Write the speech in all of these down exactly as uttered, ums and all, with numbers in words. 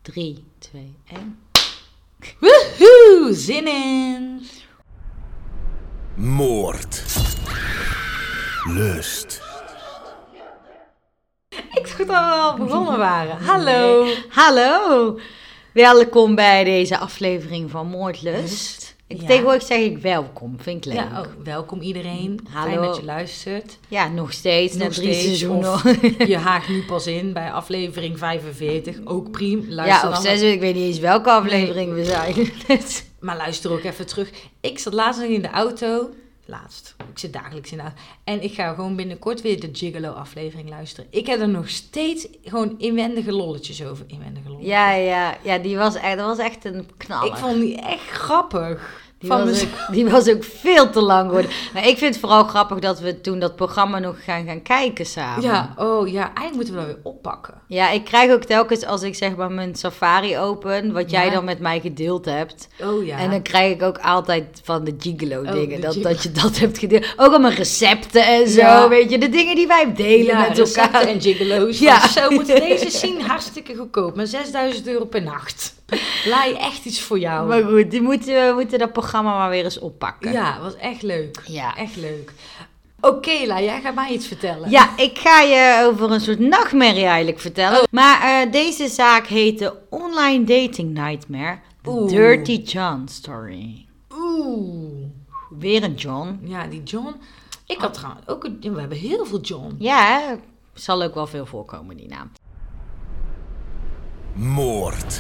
Drie, twee, één. Woehoe, zin in. Moord. Lust. Ik dacht dat we al begonnen waren. Hallo. Hallo. Welkom bij deze aflevering van Moordlust. Ik, Ja. Tegenwoordig zeg ik welkom, vind ik leuk. Ja, oh, welkom iedereen. Hallo. Fijn dat je luistert. Ja, nog steeds, na Nog drie steeds, seizoenen. of Je haakt nu pas in bij aflevering vijfenveertig. Ook prima. Luister Ja, of dan. zes, ik weet niet eens welke aflevering we zijn. Maar luister ook even terug. Ik zat laatst nog in de auto. Laatst. Ik zit dagelijks in de auto. En ik ga gewoon binnenkort weer de Gigolo aflevering luisteren. Ik heb er nog steeds gewoon inwendige lolletjes over. Inwendige lolletjes. Ja, ja, ja, die was echt, dat was echt een knaller. Ik vond die echt grappig. Die Van was, mez- ook, die was ook veel te lang geworden. Maar ik vind het vooral grappig dat we toen dat programma nog gaan gaan kijken samen. Ja, oh ja. Eigenlijk moeten we dat weer oppakken. Ja, ik krijg ook telkens als ik zeg maar mijn Safari open, wat jij Ja. dan met mij gedeeld hebt. Oh ja. En dan krijg ik ook altijd van de Gigolo Oh, dingen, de dat, Gigolo. dat je dat hebt gedeeld. Ook allemaal recepten en zo, Ja. weet je. De dingen die wij delen Ja, met recepten elkaar. en gigolo's. Ja. Ja. Zo moeten deze zien, hartstikke goedkoop. Maar zesduizend euro per nacht. Laai echt iets voor jou. Maar goed, die moeten, we moeten dat programma maar weer eens oppakken. Ja, was echt leuk. Ja. Echt leuk. Oké, La, jij gaat mij iets vertellen. Ja, ik ga je over een soort nachtmerrie eigenlijk vertellen. Oh. Maar uh, deze zaak heet de Online Dating Nightmare. The Oeh. Dirty John Story. Oeh. Weer een John. Ja, die John. Ik had trouwens ook een... We hebben heel veel John. Ja, hè? Zal ook wel veel voorkomen, die naam. Moord.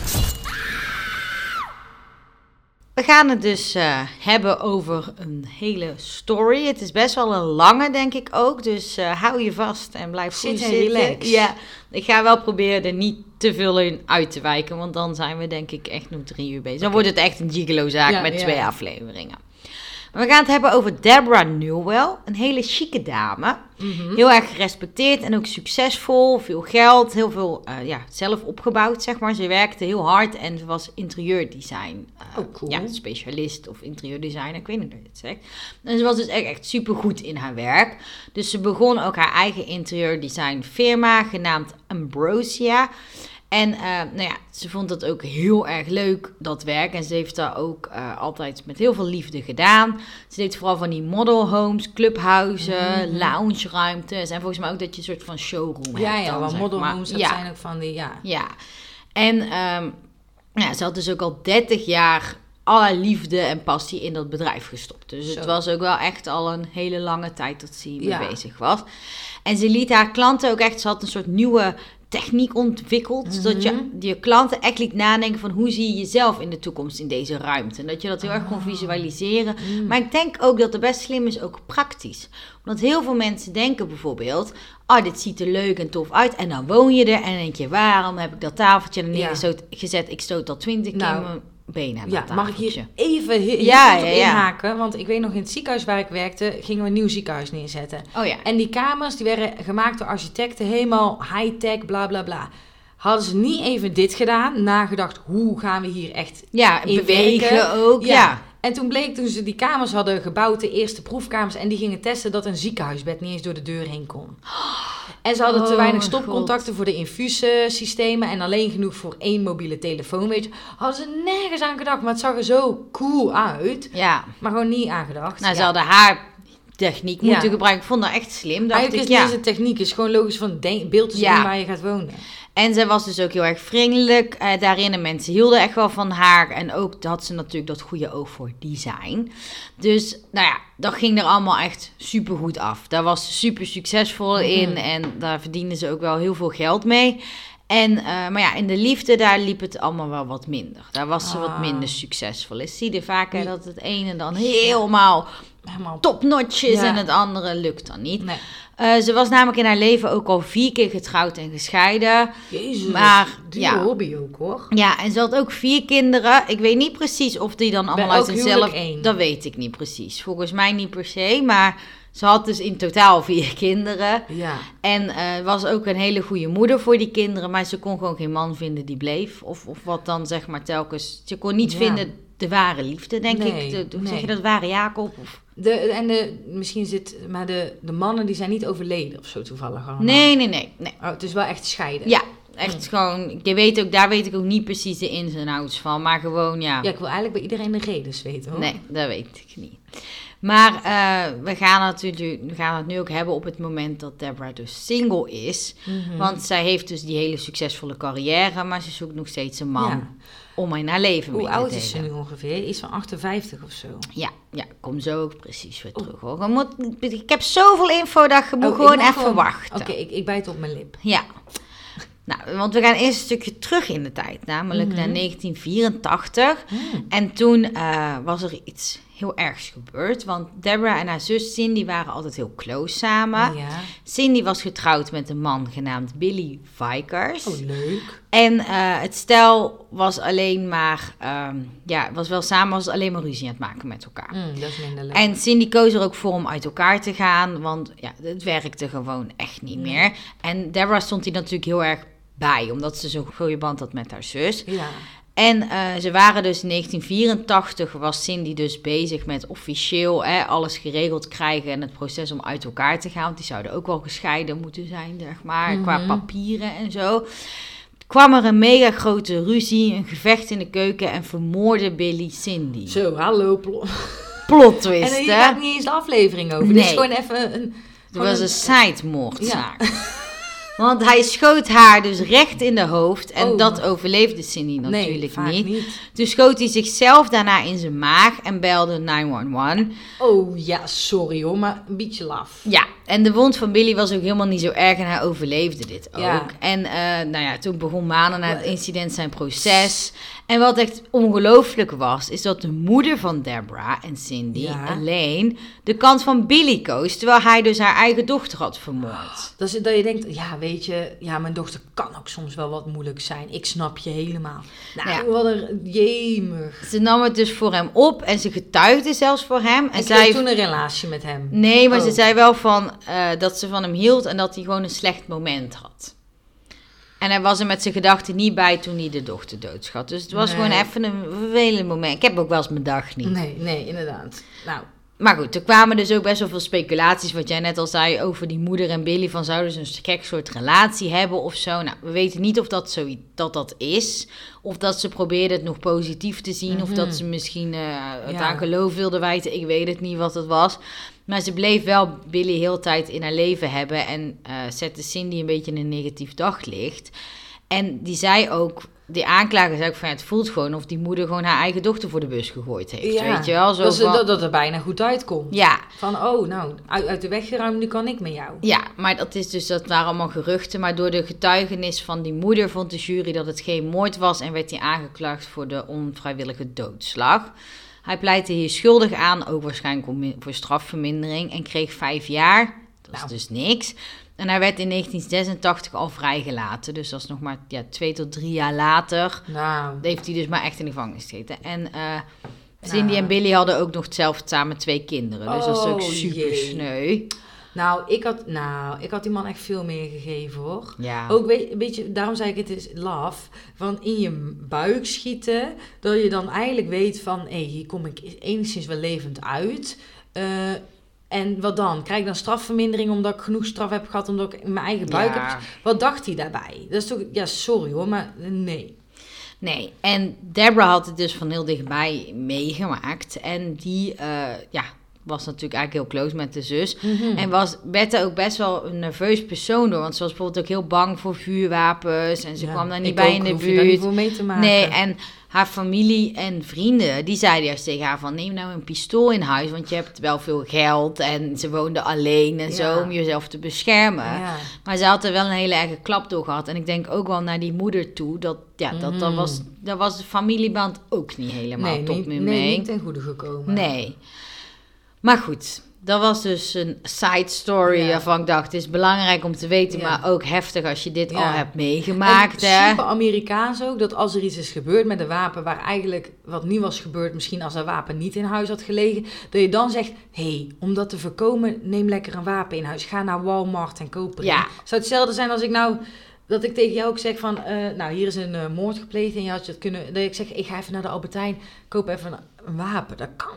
We gaan het dus uh, hebben over een hele story. Het is best wel een lange, denk ik ook. Dus uh, hou je vast en blijf goed Zit en zitten. relax. Ja, ik ga wel proberen er niet te veel in uit te wijken. Want dan zijn we denk ik echt nog drie uur bezig. Dan wordt het echt een gigolo-zaak Ja, met ja. twee afleveringen. Maar we gaan het hebben over Deborah Newell. Een hele chique dame. Mhm. Heel erg gerespecteerd en ook succesvol. Veel geld, heel veel uh, ja, zelf opgebouwd, zeg maar. Ze werkte heel hard en ze was interieurdesign. Uh, Oh, cool. Ja, specialist of interieurdesigner. Ik weet niet hoe je het zegt. En ze was dus echt, echt supergoed in haar werk. Dus ze begon ook haar eigen interieurdesign firma, genaamd Ambrosia. En uh, nou ja, ze vond dat ook heel erg leuk, dat werk. En ze heeft dat ook uh, altijd met heel veel liefde gedaan. Ze deed vooral van die model homes, clubhuizen, Mhm. loungeruimtes. En volgens mij ook dat je een soort van showroom Ja, hebt. ja, dan, want zeg model maar. homes, dat Ja. zijn ook van die... Ja. Ja, en um, ja, ze had dus ook al dertig jaar alle liefde en passie in dat bedrijf gestopt. Dus het Zo. was ook wel echt al een hele lange tijd dat ze hiermee Ja. bezig was. En ze liet haar klanten ook echt, ze had een soort nieuwe techniek ontwikkeld, Mhm. zodat je je klanten echt liet nadenken van hoe zie je jezelf in de toekomst in deze ruimte. En dat je dat heel erg kon visualiseren. Mm. Maar ik denk ook dat het best slim is, ook praktisch. Omdat heel veel mensen denken bijvoorbeeld, oh, dit ziet er leuk en tof uit. En dan woon je er en dan denk je, waarom heb ik dat tafeltje er Ja. neergezet? Ik stoot al twintig Nou, keer mijn benen aan Ja, dat mag ik tafeltje. hier even heel, heel Ja, goed op ja, ja. inhaken? Want ik weet nog, in het ziekenhuis waar ik werkte, gingen we een nieuw ziekenhuis neerzetten. Oh ja. En die kamers, die werden gemaakt door architecten, helemaal high-tech, bla bla bla. Hadden ze niet even dit gedaan, nagedacht, hoe gaan we hier echt Ja, in bewegen werken? ook, ja. En toen bleek, toen ze die kamers hadden gebouwd, de eerste proefkamers, en die gingen testen dat een ziekenhuisbed niet eens door de deur heen kon. En ze hadden te Oh, weinig mijn stopcontacten voor de infuussystemen en alleen genoeg voor één mobiele telefoon, weet je. Hadden ze nergens aan gedacht, maar het zag er zo cool uit. Ja, Maar gewoon niet aangedacht. nou, ze Ja. hadden haar techniek Ja. moeten gebruiken. Ik vond dat echt slim. Dacht Eigenlijk ik, is ja. deze techniek is gewoon logisch van denk, beeld te zien Ja. waar je gaat wonen. En ze was dus ook heel erg vriendelijk eh, daarin. En mensen hielden echt wel van haar. En ook had ze natuurlijk dat goede oog voor design. Dus, nou ja, dat ging er allemaal echt super goed af. Daar was ze super succesvol in. Mhm. En daar verdiende ze ook wel heel veel geld mee. En, uh, maar ja, in de liefde, daar liep het allemaal wel wat minder. Daar was ze wat Ah. minder succesvol. Is zie je vaak hè, Ja. dat het ene dan helemaal Helemaal topnotch is Ja. en het andere lukt dan niet. Nee. Uh, ze was namelijk in haar leven ook al vier keer getrouwd en gescheiden. Jezus, Maar, dure ja. hobby ook hoor. Ja, en ze had ook vier kinderen. Ik weet niet precies of die dan allemaal Bij uit elk hetzelfde... huwelijk één. Dat weet ik niet precies. Volgens mij niet per se, maar ze had dus in totaal vier kinderen. Ja. En uh, was ook een hele goede moeder voor die kinderen, maar ze kon gewoon geen man vinden die bleef. Of, of wat dan zeg maar telkens... Ze kon niet Ja. vinden de ware liefde, denk Nee, ik. De, hoe zeg nee. je dat? Ware Jacob? Of... De, en de, misschien zit, maar de, de mannen die zijn niet overleden of zo toevallig allemaal. Nee, nee, nee, nee. Oh, het is wel echt scheiden. Ja, echt Mm. gewoon... Je weet ook, daar weet ik ook niet precies de ins en outs van. Maar gewoon, ja... Ja, ik wil eigenlijk bij iedereen de redens weten, hoor. Nee, dat weet ik niet. Maar uh, we, gaan natuurlijk, we gaan het nu ook hebben op het moment dat Deborah dus single is. Mm-hmm. Want zij heeft dus die hele succesvolle carrière, maar ze zoekt nog steeds een man Ja. om in haar leven mee Hoe te oud delen. is ze nu ongeveer? Iets van achtenvijftig of zo. Ja, ja, kom zo ook precies weer Oh. terug. Hoor. Je moet, ik heb zoveel info dat je moet Oh, ik gewoon moet even gewoon- wachten. Oké, ik, ik bijt op mijn lip. Ja. Nou, want we gaan eerst een stukje terug in de tijd, namelijk Mhm. naar negentien vierentachtig. Mm. En toen uh, was er iets heel ergs gebeurd, want Deborah en haar zus Cindy waren altijd heel close samen. Ja. Cindy was getrouwd met een man genaamd Billy Vikers. Oh, leuk. En uh, het stel was alleen maar, um, ja, was wel samen, was alleen maar ruzie aan het maken met elkaar. Mm, dat is minder leuk. En Cindy koos er ook voor om uit elkaar te gaan, want ja, het werkte gewoon echt niet Nee. meer. En Deborah stond hier natuurlijk heel erg bij, omdat ze zo'n goede band had met haar zus. Ja. En uh, ze waren dus in negentien vierentachtig, was Cindy dus bezig met officieel hè, alles geregeld krijgen en het proces om uit elkaar te gaan. Want die zouden ook wel gescheiden moeten zijn, zeg maar, Mm-hmm. qua papieren en zo. Kwam er een mega grote ruzie, een gevecht in de keuken en vermoordde Billy Cindy. Zo, hallo. Plo- Plot twist, en hier hè? gaat niet eens de aflevering over. Dit Nee. is gewoon even een... Het was een side-moordzaak. Ja. Want hij schoot haar dus recht in de hoofd. En Oh. dat overleefde Cindy Nee, natuurlijk vaak niet. niet. Toen schoot hij zichzelf daarna in zijn maag en belde negen een een. Oh ja, sorry hoor, maar een beetje laf. Ja, en de wond van Billy was ook helemaal niet zo erg en hij overleefde dit ook. Ja. En uh, nou ja, toen begon maanden na het incident zijn proces. En wat echt ongelooflijk was, is dat de moeder van Deborah en Cindy Ja. alleen de kant van Billy koos, terwijl hij dus haar eigen dochter had vermoord. Dat, is, dat je denkt, ja weet je, ja mijn dochter kan ook soms wel wat moeilijk zijn. Ik snap je helemaal. Nou, Ja. wat een jemig. Ze nam het dus voor hem op en ze getuigde zelfs voor hem. En En zei kreeg toen een relatie met hem. nee, maar Oh. ze zei wel van uh, dat ze van hem hield en dat hij gewoon een slecht moment had. En hij was er met zijn gedachten niet bij toen hij de dochter doodschat. Dus het was Nee. gewoon even een vervelend moment. Ik heb ook wel eens mijn dag niet. Nee, nee, inderdaad. Nou, Maar goed, er kwamen dus ook best wel veel speculaties, wat jij net al zei, over die moeder en Billy, van zouden ze een gek soort relatie hebben of zo. Nou, we weten niet of dat zo dat, dat is, of dat ze probeerden het nog positief te zien, Mhm. of dat ze misschien uh, het Ja. aan geloof wilden wijten. Ik weet het niet wat het was. Maar ze bleef wel Billy heel de tijd in haar leven hebben en uh, zette Cindy een beetje in een negatief daglicht. En die zei ook, die aanklager zei ook van ja, het voelt gewoon of die moeder gewoon haar eigen dochter voor de bus gegooid heeft. ja, Weet je wel? Zo dat, ze- van, dat, dat er bijna goed uitkomt. ja, Van, oh, nou, uit, uit de weg geruimd, nu kan ik met jou. ja, maar dat is dus, dat waren allemaal geruchten. Maar door de getuigenis van die moeder vond de jury dat het geen moord was en werd hij aangeklaagd voor de onvrijwillige doodslag. Hij pleitte hier schuldig aan, ook waarschijnlijk om, voor strafvermindering, en kreeg vijf jaar. Dat is Nou. dus niks. En hij werd in negentien zesentachtig al vrijgelaten. Dus dat is nog maar ja, twee tot drie jaar later. Nou, Heeft hij dus maar echt in de gevangenis gezeten. En uh, Cindy Nou. en Billy hadden ook nog zelf samen twee kinderen. Dus dat is ook Oh, super jee. sneu. nou, ik had, nou, ik had die man echt veel meer gegeven, hoor. Ja. Ook weet, een beetje, daarom zei ik het is laf, van in je buik schieten, dat je dan eigenlijk weet van, hé, hey, hier kom ik enigszins wel levend uit. Uh, en wat dan? Krijg ik dan strafvermindering omdat ik genoeg straf heb gehad, omdat ik in mijn eigen buik Ja. heb? Wat dacht hij daarbij? Dat is toch, ja, sorry hoor, maar nee. Nee, en Deborah had het dus van heel dichtbij meegemaakt. En die uh, ja, was natuurlijk eigenlijk heel close met de zus. Mm-hmm. En was Bette ook best wel een nerveus persoon door. Want ze was bijvoorbeeld ook heel bang voor vuurwapens. En ze Ja, kwam daar niet ik bij ook, in de hoef je daar niet buurt. voor mee te maken. Nee, en haar familie en vrienden, die zeiden juist tegen haar van, neem nou een pistool in huis, want je hebt wel veel geld en ze woonde alleen en Ja. zo, om jezelf te beschermen. Ja. Maar ze had er wel een hele erge klap door gehad. En ik denk ook wel naar die moeder toe, dat, ja, dat, dat, Mhm. was, dat was de familieband ook niet helemaal Nee, top niet, meer nee, mee. niet ten goede gekomen. Nee. Maar goed, dat was dus een side story Ja. waarvan ik dacht, het is belangrijk om te weten, Ja. maar ook heftig als je dit Ja. al hebt meegemaakt. En Hè? super Amerikaans ook, dat als er iets is gebeurd met een wapen waar eigenlijk wat niet was gebeurd, misschien als dat wapen niet in huis had gelegen, dat je dan zegt, hé, hey, om dat te voorkomen, neem lekker een wapen in huis. Ga naar Walmart en koop er Ja. een. Zou hetzelfde zijn als ik nou, dat ik tegen jou ook zeg van, uh, nou hier is een uh, moord gepleegd en je had je het kunnen, dat ik zeg, ik ga even naar de Albertijn, koop even een, een wapen. Dat kan, dat,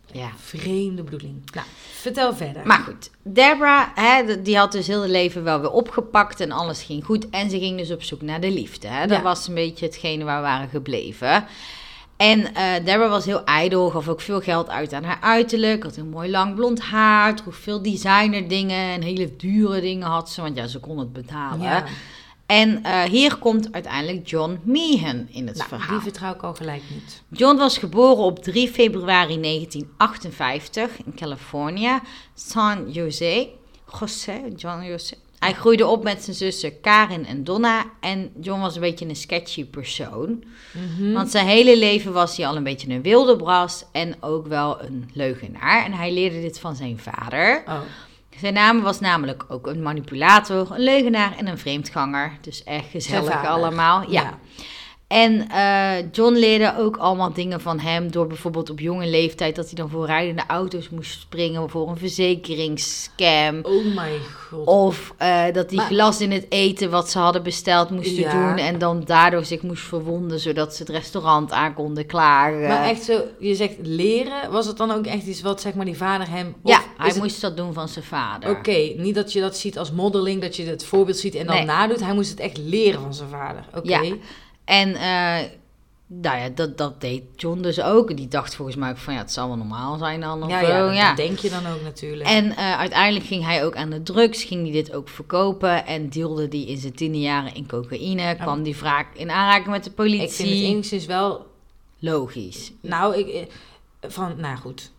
Ja. Vreemde bedoeling. Nou, vertel verder. Maar goed, Deborah, hè, die had dus heel het leven wel weer opgepakt en alles ging goed. En ze ging dus op zoek naar de liefde. Hè. Dat Ja. was een beetje hetgene waar we waren gebleven. En uh, Deborah was heel ijdel, gaf ook veel geld uit aan haar uiterlijk. Had een mooi lang blond haar, droeg veel designer dingen en hele dure dingen had ze. Want ja, ze kon het betalen. Ja. En uh, hier komt uiteindelijk John Meehan in het Nou, verhaal. die vertrouw ik al gelijk niet. John was geboren op drie februari negentien achtenvijftig in Californië, San Jose. José, John José. Hij groeide op met zijn zussen Karin en Donna. En John was een beetje een sketchy persoon. Mm-hmm. Want zijn hele leven was hij al een beetje een wildebras en ook wel een leugenaar. En hij leerde dit van zijn vader. Oh. Zijn naam was namelijk ook een manipulator, een leugenaar en een vreemdganger. Dus echt gezellig vader. allemaal. Ja. Ja. En uh, John leerde ook allemaal dingen van hem door bijvoorbeeld op jonge leeftijd dat hij dan voor rijdende auto's moest springen voor een verzekeringsscam. Oh my god. Of uh, dat hij Maar- glas in het eten wat ze hadden besteld moesten Ja. doen en dan daardoor zich moest verwonden zodat ze het restaurant aan konden klagen. Maar echt zo, je zegt leren, was het dan ook echt iets wat zeg maar die vader hem... Ja, of hij is het- moest dat doen van zijn vader. Oké, niet dat je dat ziet als modeling, dat je het voorbeeld ziet en dan Nee. nadoet. Hij moest het echt leren van zijn vader. Oké. Ja. En uh, nou ja, dat, dat deed John dus ook. Die dacht volgens mij ook van ja, het zal wel normaal zijn dan. Of Ja, zo. ja, dat, ja. dat denk je dan ook natuurlijk. En uh, uiteindelijk ging hij ook aan de drugs, ging hij dit ook verkopen en dealde die in zijn tiende jaren in cocaïne. Kwam die vaak in aanraking met de politie. ik vind het enigszins wel... Logisch. Nou, ik... eh, Van, nou goed.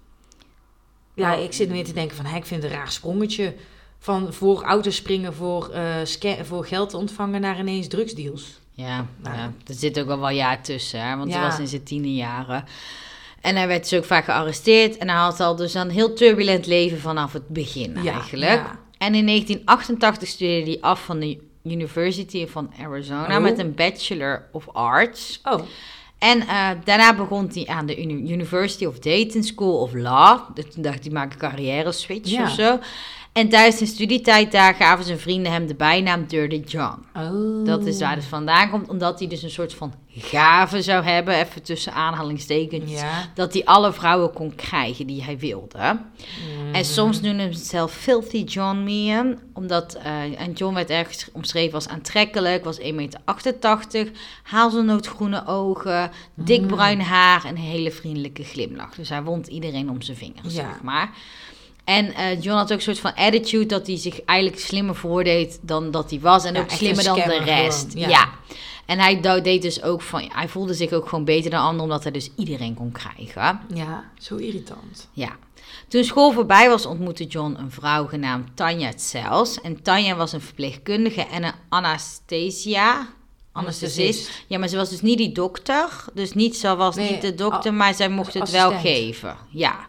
Ja, ik zit meer te denken van, hè, ik vind het een raar sprongetje. Van voor auto's springen, voor, uh, sca- voor geld te ontvangen naar ineens drugsdeals. Ja, Nou. ja, er zit ook wel wat jaar tussen, hè, want Ja. hij was in zijn tiende jaren. En hij werd dus ook vaak gearresteerd en hij had al dus een heel turbulent leven vanaf het begin Ja, eigenlijk. ja. En in negentien achtentachtig studeerde hij af van de University van Arizona Oh. met een Bachelor of Arts. Oh, En uh, daarna begon hij aan de Uni- University of Dayton School of Law. Dus toen dacht hij, maak een carrière switch Ja. of zo. En tijdens zijn studietijd daar gaven zijn vrienden hem de bijnaam Dirty John. oh. Dat is waar het vandaan komt, omdat hij dus een soort van gave zou hebben, even tussen aanhalingstekens, Ja. dat hij alle vrouwen kon krijgen die hij wilde. Mhm. En soms noemde hij zichzelf Filthy John Meehan, omdat uh, en John werd ergens omschreven als aantrekkelijk, was één komma achtentachtig meter, hazelnootgroene ogen, dik Mm. bruin haar en een hele vriendelijke glimlach. Dus hij wond iedereen om zijn vingers, Ja. zeg maar. En uh, John had ook een soort van attitude dat hij zich eigenlijk slimmer voordeed dan dat hij was. En Ja, ook echt slimmer een dan de scammer rest. gewoon, ja. Ja. En hij do- deed dus ook van, hij voelde zich ook gewoon beter dan anderen, omdat hij dus iedereen kon krijgen. Ja, zo irritant. Ja. Toen school voorbij was, ontmoette John een vrouw genaamd Tanja Tsels. En Tanja was een verpleegkundige en een anesthesia. Anesthesist. Ja, maar ze was dus niet die dokter. Dus niet, ze was Nee, niet de dokter, a- maar zij mocht het wel assistent. geven. Ja.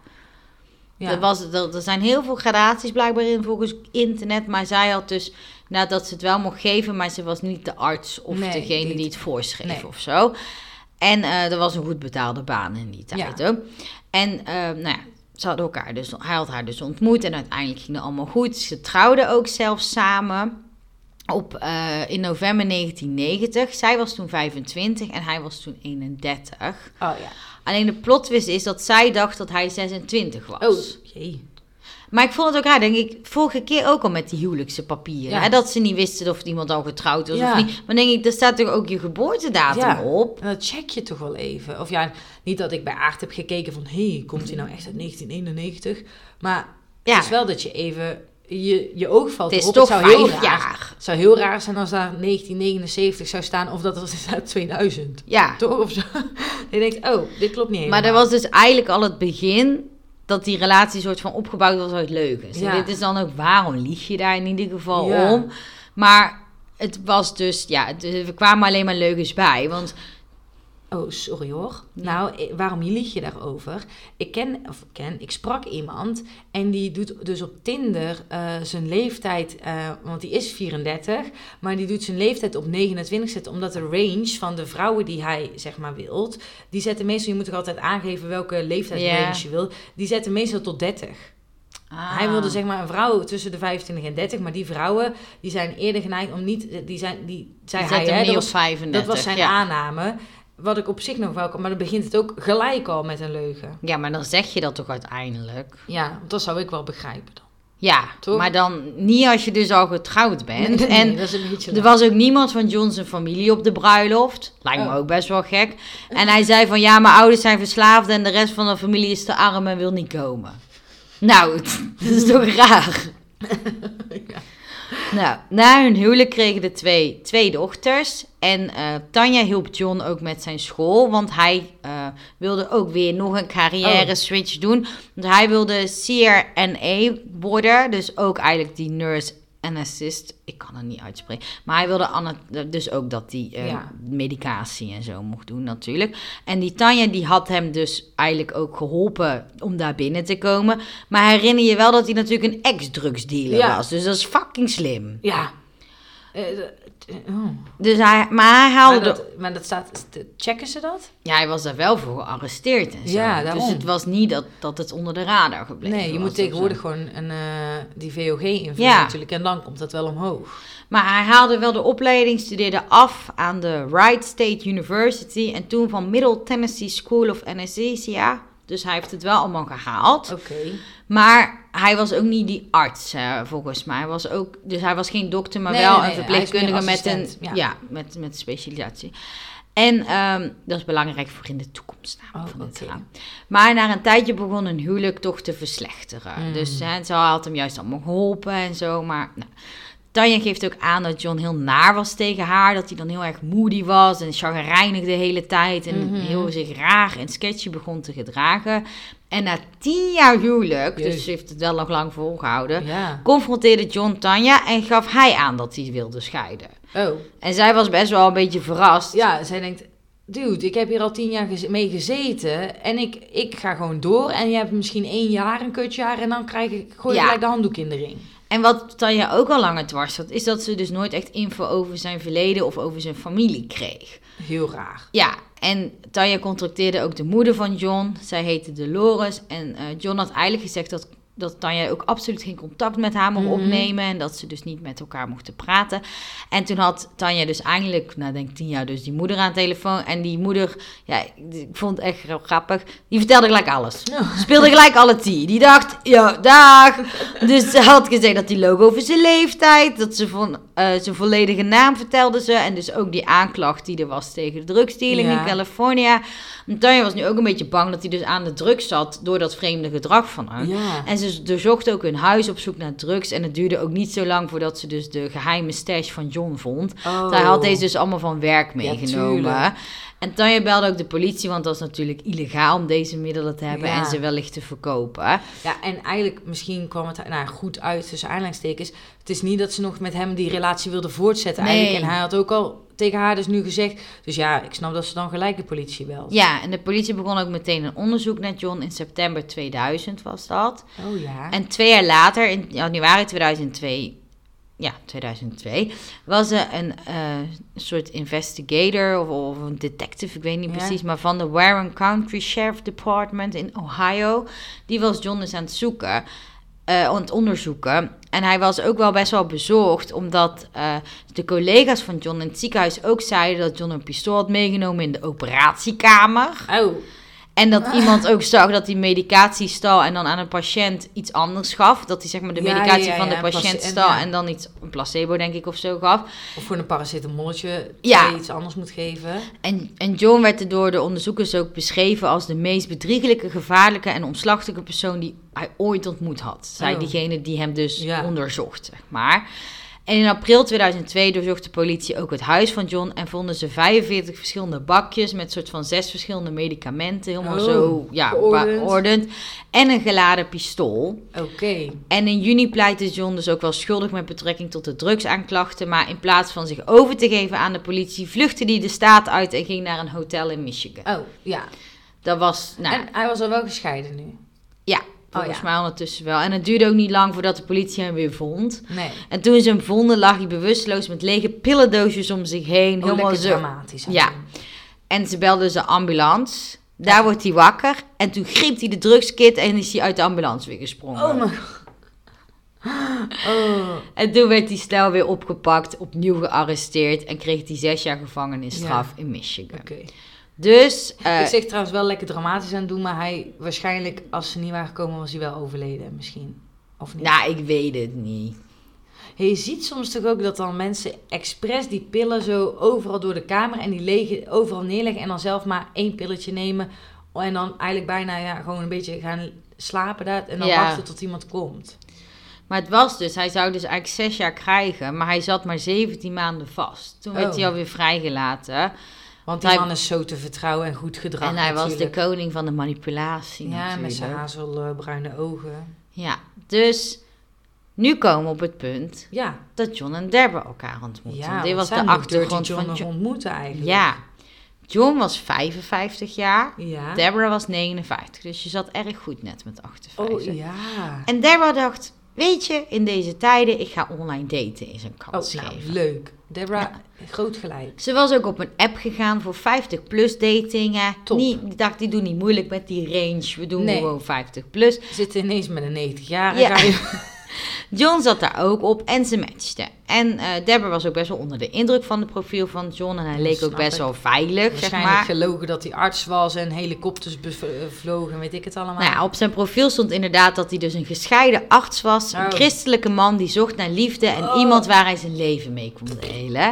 Ja. Er, was, er, er zijn heel veel gradaties blijkbaar in volgens internet. Maar zij had dus, nadat ze het wel mocht geven, maar ze was niet de arts of Nee, degene niet. die het voorschreef Nee. of zo. En uh, er was een goed betaalde baan in die tijd Ja. ook. En uh, nou ja, ze hadden elkaar dus, hij had haar dus ontmoet en uiteindelijk ging het allemaal goed. Ze trouwden ook zelfs samen op, uh, in november negentien negentig. Zij was toen vijfentwintig en hij was toen eenendertig. Oh ja. Alleen de plotwist is dat zij dacht dat hij zesentwintig was. Oh, jee. Maar ik vond het ook raar, denk ik, vorige keer ook al met die huwelijkse papieren. Ja. Hè, dat ze niet wisten of iemand al getrouwd was Ja. of niet. Maar denk ik, er staat toch ook je geboortedatum Ja. op? Dat check je toch wel even. Of ja, niet dat ik bij Aart heb gekeken van... hé, hey, komt hij nou echt uit negentien eenennegentig? Maar Ja. het is wel dat je even... je, je oog valt Het is erop. toch het zou heel vijf raar, jaar. Het zou heel raar zijn als daar negentien negenenzeventig zou staan... of dat was uit tweeduizend. Ja, Toch? Of zo. Je denkt, oh, dit klopt niet helemaal. maar er was dus eigenlijk al het begin dat die relatie soort van opgebouwd was uit leugens. Ja. En dit is dan ook, waarom lieg je daar in ieder geval Ja. om? Maar het was dus, ja, het- er kwamen alleen maar leugens bij. Want Oh, sorry hoor. Nou, eh, waarom lieg je daarover? Ik ken, of ken, ik sprak iemand en die doet dus op Tinder eh, zijn leeftijd, eh, want die is vierendertig, maar die doet zijn leeftijd op negenentwintig zetten, omdat de range van de vrouwen die hij, zeg maar, wilt, die zetten meestal, je moet toch altijd aangeven welke leeftijdsrange Ja. je wil, die zetten meestal tot dertig. ah, Hij wilde zeg maar een vrouw tussen de vijfentwintig en dertig, maar die vrouwen, die zijn eerder geneigd om niet, die zijn, die, zei die hij, zette hè, hem dat niet op was, vijfendertig. dat was zijn ja. aanname. wat ik op zich nog wel kan, maar dan begint het ook gelijk al met een leugen. Ja, maar dan zeg je dat toch uiteindelijk? Ja, want dat zou ik wel begrijpen dan. Ja, Toch? maar dan niet als je dus al getrouwd bent. Nee, nee, en nee, dat is een beetje er was ook niemand van John's familie op de bruiloft. Lijkt me Oh. ook best wel gek. En hij zei van, ja, mijn ouders zijn verslaafd en de rest van de familie is te arm en wil niet komen. Nou, dat is toch raar? ja. Nou, na hun huwelijk kregen de twee twee dochters. En uh, Tanja hielp John ook met zijn school. Want hij uh, wilde ook weer nog een carrière Oh. switch doen. Want hij wilde C R N A worden. Dus ook eigenlijk die nurse anesthetist. Ik kan het niet uitspreken. Maar hij wilde ana- dus ook dat hij uh, Ja. medicatie en zo mocht doen natuurlijk. En die Tanja die had hem dus eigenlijk ook geholpen om daar binnen te komen. Maar herinner je wel dat hij natuurlijk een ex-drugsdealer Ja. was. Dus dat is fucking slim. Ja. Eh, d- oh. Dus hij, maar hij haalde... Maar, dat, maar dat staat... Checken ze dat? Ja, hij was daar wel voor gearresteerd en zo. Ja, dus daarom. het was niet dat, dat het onder de radar gebleven Nee, je was moet of tegenwoordig zo. gewoon een, uh, die V O G invullen Ja. natuurlijk. En dan komt dat wel omhoog. Maar hij haalde wel de opleiding, studeerde af aan de Wright State University... en toen van Middle Tennessee School of Anesthesia. Dus hij heeft het wel allemaal gehaald. Oké. Maar hij was ook niet die arts, uh, volgens mij. Hij was ook, dus hij was geen dokter, maar Nee, wel nee, een nee, verpleegkundige hij is meer met een assistent, ja. ja. met, met specialisatie. En um, dat is belangrijk voor in de toekomst namelijk Oh, van dit oké. verhaal. Maar na een tijdje begon hun huwelijk toch te verslechteren. Mm. Dus hè, ze had hem juist allemaal geholpen en zo. Maar nou, Tanja geeft ook aan dat John heel naar was tegen haar. Dat hij dan heel erg moody was en chagrijnig de hele tijd. En Mhm. heel zich raar en sketchy begon te gedragen. En na tien jaar huwelijk, dus Jezus. ze heeft het wel nog lang volgehouden... Ja. confronteerde John Tanja en gaf hij aan dat hij wilde scheiden. Oh. En zij was best wel een beetje verrast. Ja, zij denkt... Dude, ik heb hier al tien jaar geze- mee gezeten. En ik, ik ga gewoon door. En je hebt misschien één jaar, een kutjaar. En dan krijg ik gooi je Ja. gelijk de handdoek in de ring. En wat Tanja ook al langer dwars had, is dat ze dus nooit echt info over zijn verleden of over zijn familie kreeg. Heel raar. Ja, en Tanja contacteerde ook de moeder van John. Zij heette Dolores. En uh, John had eigenlijk gezegd dat, dat Tanja ook absoluut geen contact met haar mocht Mhm. opnemen. En dat ze dus niet met elkaar mochten praten. En toen had Tanja dus eindelijk, nou denk ik tien jaar, dus die moeder aan de telefoon. En die moeder, ja, ik vond het echt heel grappig. Die vertelde gelijk alles. Speelde gelijk alle tea. Die dacht, ja, dag. Dus ze had gezegd dat die logo over zijn leeftijd, dat ze van uh, zijn volledige naam vertelde ze. En dus ook die aanklacht die er was tegen de drugsdealing Ja. in California. En Tanja was nu ook een beetje bang dat hij dus aan de drugs zat door dat vreemde gedrag van haar. Ja. En ze doorzocht ook hun huis op zoek naar drugs. En het duurde ook niet zo lang voordat ze dus de geheime stash van John vond. Oh. Hij had deze dus allemaal van werk Ja, meegenomen. tuurlijk. En Tanja belde ook de politie, want dat is natuurlijk illegaal om deze middelen te hebben Ja. en ze wellicht te verkopen. Ja, en eigenlijk misschien kwam het nou, goed uit tussen aanleidingstekens. Het is niet dat ze nog met hem die relatie wilde voortzetten Nee. eigenlijk. En hij had ook al tegen haar dus nu gezegd. Dus ja, ik snap dat ze dan gelijk de politie belt. Ja, en de politie begon ook meteen een onderzoek naar John. In september tweeduizend was dat. Oh ja. En twee jaar later, in januari tweeduizend twee... Ja, tweeduizend twee, was er een uh, soort investigator of, of een detective, ik weet niet Ja. precies, maar van de Warren County Sheriff Department in Ohio. Die was John dus aan het zoeken, uh, aan het onderzoeken. En hij was ook wel best wel bezorgd, omdat uh, de collega's van John in het ziekenhuis ook zeiden dat John een pistool had meegenomen in de operatiekamer. Oh. En dat iemand ook zag dat hij medicatie stal en dan aan een patiënt iets anders gaf. Dat hij zeg maar de Ja, medicatie ja, ja, van de ja, patiënt place- stal ja. en dan iets, een placebo denk ik of zo gaf. Of voor een paracetamolletje Ja. terwijl je iets anders moet geven. En, en John werd er door de onderzoekers ook beschreven als de meest bedriegelijke, gevaarlijke en omslachtige persoon die hij ooit ontmoet had. Zij Oh. diegene die hem dus Ja. onderzocht, zeg maar. En in april tweeduizend twee doorzocht de politie ook het huis van John en vonden ze vijfenveertig verschillende bakjes met soort van zes verschillende medicamenten, helemaal Oh, zo ja, geordend. geordend. En een geladen pistool. Oké. En in juni pleitte John dus ook wel schuldig met betrekking tot de drugsaanklachten, maar in plaats van zich over te geven aan de politie, vluchtte hij de staat uit en ging naar een hotel in Michigan. Oh, ja. Dat was, nou, En hij was al wel gescheiden nu? ja, volgens ja. mij ondertussen wel. En het duurde ook niet lang voordat de politie hem weer vond. Nee. En toen ze hem vonden, lag hij bewusteloos met lege pillendoosjes om zich heen. Oh, helemaal lekker zo. dramatisch. Ja. En ze belden de ambulance. Daar wordt hij wakker. En toen greep hij de drugskit en is hij uit de ambulance weer gesprongen. Oh mijn god. Oh. En toen werd hij snel weer opgepakt, opnieuw gearresteerd en kreeg hij zes jaar gevangenisstraf Ja. in Michigan. Oké. Dus... Uh, ik zeg trouwens wel lekker dramatisch aan het doen, maar hij waarschijnlijk, als ze niet waren gekomen, was hij wel overleden misschien. Of niet? Nou, ik weet het niet. Hey, je ziet soms toch ook dat dan mensen expres die pillen zo overal door de kamer en die lege, overal neerleggen en dan zelf maar één pilletje nemen en dan eigenlijk bijna ja, gewoon een beetje gaan slapen daar en dan Ja. wachten tot iemand komt. Maar het was dus, hij zou dus eigenlijk zes jaar krijgen, maar hij zat maar zeventien maanden vast. Toen werd Oh. hij alweer vrijgelaten. Want die hij, man is zo te vertrouwen en goed gedrag. En hij natuurlijk. was de koning van de manipulatie Ja, natuurlijk. met zijn hazelbruine ogen. Ja, dus nu komen we op het punt Ja. dat John en Deborah elkaar ontmoeten. Ja, Dit was zijn de de achtergrond Dirty John van nog John. ontmoeten eigenlijk. Ja, John was vijfenvijftig jaar, Ja. Deborah was negenenvijftig. Dus je zat erg goed net met achtenvijftig. Oh ja. En Deborah dacht, weet je, in deze tijden, ik ga online daten in zijn kans Oh, nou, geven. leuk. Deborah, groot gelijk. Ze was ook op een app gegaan voor vijftig plus datingen. Top. Niet, ik dacht, die doen niet moeilijk met die range. We doen Nee. gewoon vijftig plus. We zitten ineens met een negentig-jarige. Ja. John zat daar ook op en ze matchten. En uh, Deborah was ook best wel onder de indruk van het profiel van John. En hij Dat leek ook snap best ik. wel veilig, zeg Waarschijnlijk maar. gelogen dat hij arts was en helikopters bevlogen, weet ik het allemaal. Nou ja, op zijn profiel stond inderdaad dat hij dus een gescheiden arts was. Oh. Een christelijke man die zocht naar liefde en Oh. iemand waar hij zijn leven mee kon delen.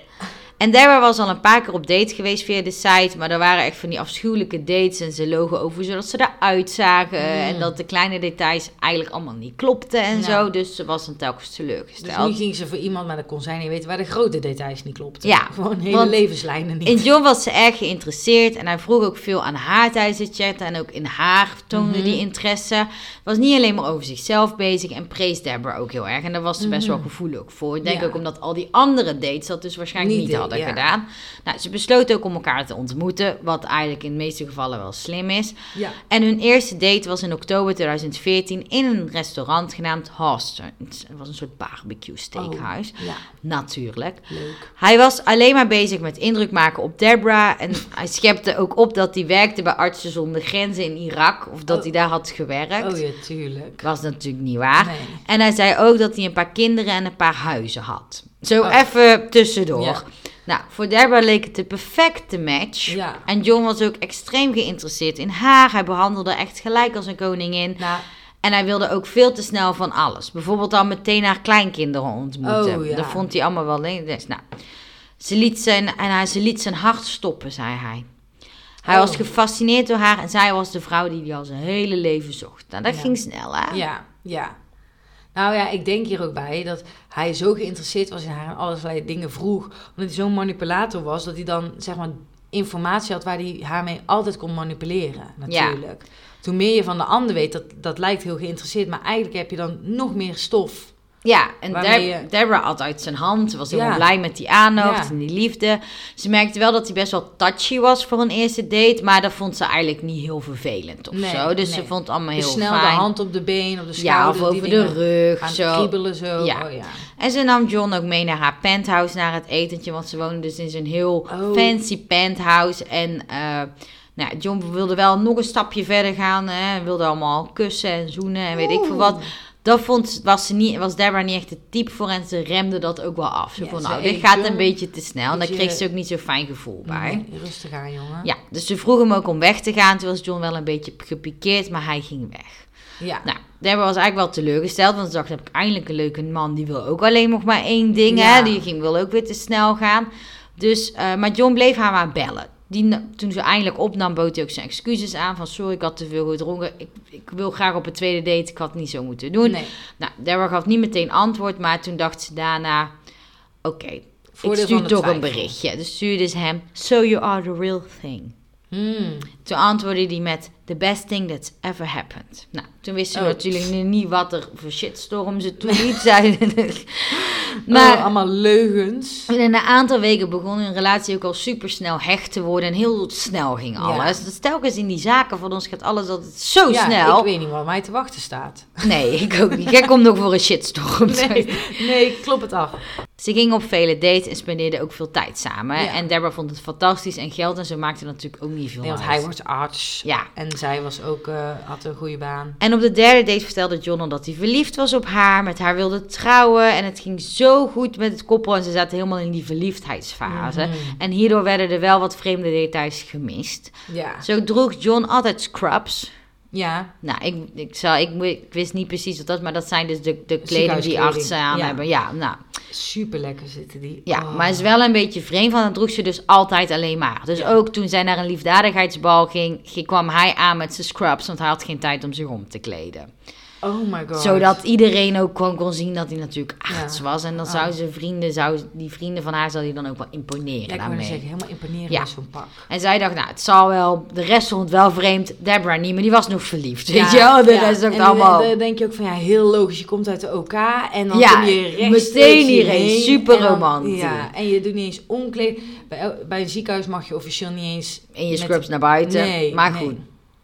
En Deborah was al een paar keer op date geweest via de site. Maar er waren echt van die afschuwelijke dates. En ze logen over zodat ze eruit zagen. Mm. En dat de kleine details eigenlijk allemaal niet klopten en Ja. zo. Dus ze was dan telkens Dus teleurgesteld. nu ging ze voor iemand, maar dat kon zij niet weten waar de grote details niet klopten. Ja, Gewoon hele want levenslijnen niet. In John was ze erg geïnteresseerd. En hij vroeg ook veel aan haar tijdens het chatten. En ook in haar toonde Mhm. die interesse. Was niet alleen maar over zichzelf bezig. En prees Deborah ook heel erg. En daar was ze best Mhm. wel gevoelig voor. Ik denk Ja. ook omdat al die andere dates dat dus waarschijnlijk niet, Niet, hadden ja. gedaan. Nou, ze besloten ook om elkaar te ontmoeten. Wat eigenlijk in de meeste gevallen wel slim is. Ja. En hun eerste date was in oktober tweeduizend veertien in een restaurant genaamd Hostel. Het was een soort barbecue steakhouse. Oh, ja, Natuurlijk. leuk. Hij was alleen maar bezig met indruk maken op Deborah. En hij schepte ook op dat hij werkte bij Artsen zonder Grenzen in Irak. Of dat Oh. hij daar had gewerkt. Oh ja, tuurlijk. Was natuurlijk niet waar. Nee. En hij zei ook dat hij een paar kinderen en een paar huizen had. Zo Oh. even tussendoor. Ja. Nou, voor Deborah leek het de perfecte match. Ja. En John was ook extreem geïnteresseerd in haar. Hij behandelde haar echt gelijk als een koningin. Nou, En hij wilde ook veel te snel van alles. Bijvoorbeeld al meteen haar kleinkinderen ontmoeten. Oh, ja. Dat vond hij allemaal wel leuk. Nou, ze liet zijn, en hij, ze liet zijn hart stoppen, zei hij. Hij Oh. was gefascineerd door haar en zij was de vrouw die hij al zijn hele leven zocht. Nou, dat Ja. ging snel, hè? ja, ja. Nou ja, ik denk hier ook bij dat hij zo geïnteresseerd was in haar en allerlei dingen vroeg. Omdat hij zo'n manipulator was, dat hij dan zeg maar informatie had waar hij haar mee altijd kon manipuleren. Natuurlijk. Hoe meer je van de ander weet, dat, dat lijkt heel geïnteresseerd. Maar eigenlijk heb je dan nog meer stof. Ja, en Waarmee Deb- je- Deborah had uit zijn hand. Ze was helemaal Ja. blij met die aandacht Ja. en die liefde. Ze merkte wel dat hij best wel touchy was voor een eerste date. Maar dat vond ze eigenlijk niet heel vervelend of Nee, zo. Dus nee. ze vond het allemaal Dus heel snel fijn. de hand op de been, op de Ja, schouder. of die over de dingen rug, gaan zo. kriebelen zo. Ja. Oh, ja. En ze nam John ook mee naar haar penthouse, naar het etentje. Want ze woonde dus in zo'n heel Oh. fancy penthouse. En uh, nou, ja, John wilde wel nog een stapje verder gaan. Hè. Wilde allemaal kussen en zoenen en weet ik veel wat. Dat vond, was, ze niet, was Deborah niet echt het type voor en ze remde dat ook wel af. Ze Ja, vond, ze nou, dit eet gaat John een beetje te snel. En daar dat kreeg je- ze ook niet zo'n fijn gevoel bij. Nee, rustig aan, jongen. Ja, dus ze vroeg hem ook om weg te gaan. Toen was John wel een beetje gepikeerd, maar hij ging weg. Ja. Nou, Deborah was eigenlijk wel teleurgesteld, want ze dacht, heb ik eindelijk een leuke man, die wil ook alleen nog maar één ding, Ja. hè? Die ging wil ook weer te snel gaan. Dus, uh, maar John bleef haar maar bellen. Die, toen ze eindelijk opnam, bood hij ook zijn excuses aan, van sorry, ik had te veel gedronken, ik, ik wil graag op een tweede date, ik had het niet zo moeten doen. Nee. Nou, Deborah gaf niet meteen antwoord, maar toen dacht ze daarna, oké, okay, ik Voordeel stuur van de toch een twijfel. berichtje. Dus stuurde ze hem, so you are the real thing. Hmm. Toen antwoordde hij met the best thing that's ever happened. Nou, toen wisten we Oh. natuurlijk niet wat er voor shitstorm ze toen niet zeiden. Maar Oh, allemaal leugens. in een aantal weken begon hun relatie ook al super snel hecht te worden. En heel snel ging alles. Dus telkens in die zaken van ons gaat alles altijd zo Ja, snel. ik weet niet wat mij te wachten staat. Nee, ik ook niet. Jij komt nog voor een shitstorm. Nee, nee, ik klop het af. Ze gingen op vele dates en spendeerden ook veel tijd samen. Ja. En Deborah vond het fantastisch. En geld en zo maakte natuurlijk ook niet veel Nee, want uit. hij wordt arts. Ja. En En zij was ook, uh, had een goede baan. En op de derde date vertelde John al dat hij verliefd was op haar. Met haar wilde trouwen. En het ging zo goed met het koppel. En ze zaten helemaal in die verliefdheidsfase. Mm-hmm. En hierdoor werden er wel wat vreemde details gemist. Ja. Zo droeg John altijd scrubs. Ja. Nou, ik, ik, zou, ik, ik wist niet precies wat dat is, maar dat zijn dus de, de kleding die artsen aan ja. hebben. Ja, nou. Super lekker zitten die. Ja, oh. maar het is wel een beetje vreemd, want dan droeg ze dus altijd alleen maar. Dus ja. ook toen zij naar een liefdadigheidsbal ging, ging, kwam hij aan met zijn scrubs, want hij had geen tijd om zich om te kleden. Oh my god. Zodat iedereen ook gewoon kon zien dat hij natuurlijk arts ja. was. En dan oh. zou zijn vrienden, zou, die vrienden van haar, zou hij dan ook wel imponeren. Ja, ik daarmee. zeggen, helemaal imponeren ja. met zo'n pak. En zij dacht, nou, het zal wel, de rest vond het wel vreemd. Deborah niet, maar die was nog verliefd, ja, weet je wel? De ja. rest ook en allemaal. dan denk je ook van, ja, heel logisch, je komt uit de OK en dan ja, kom je rechtstreeks meteen hierheen, super dan, romantisch. Ja, en je doet niet eens omkleden. Bij, bij een ziekenhuis mag je officieel niet eens... In je scrubs met, naar buiten, nee, maar nee. goed.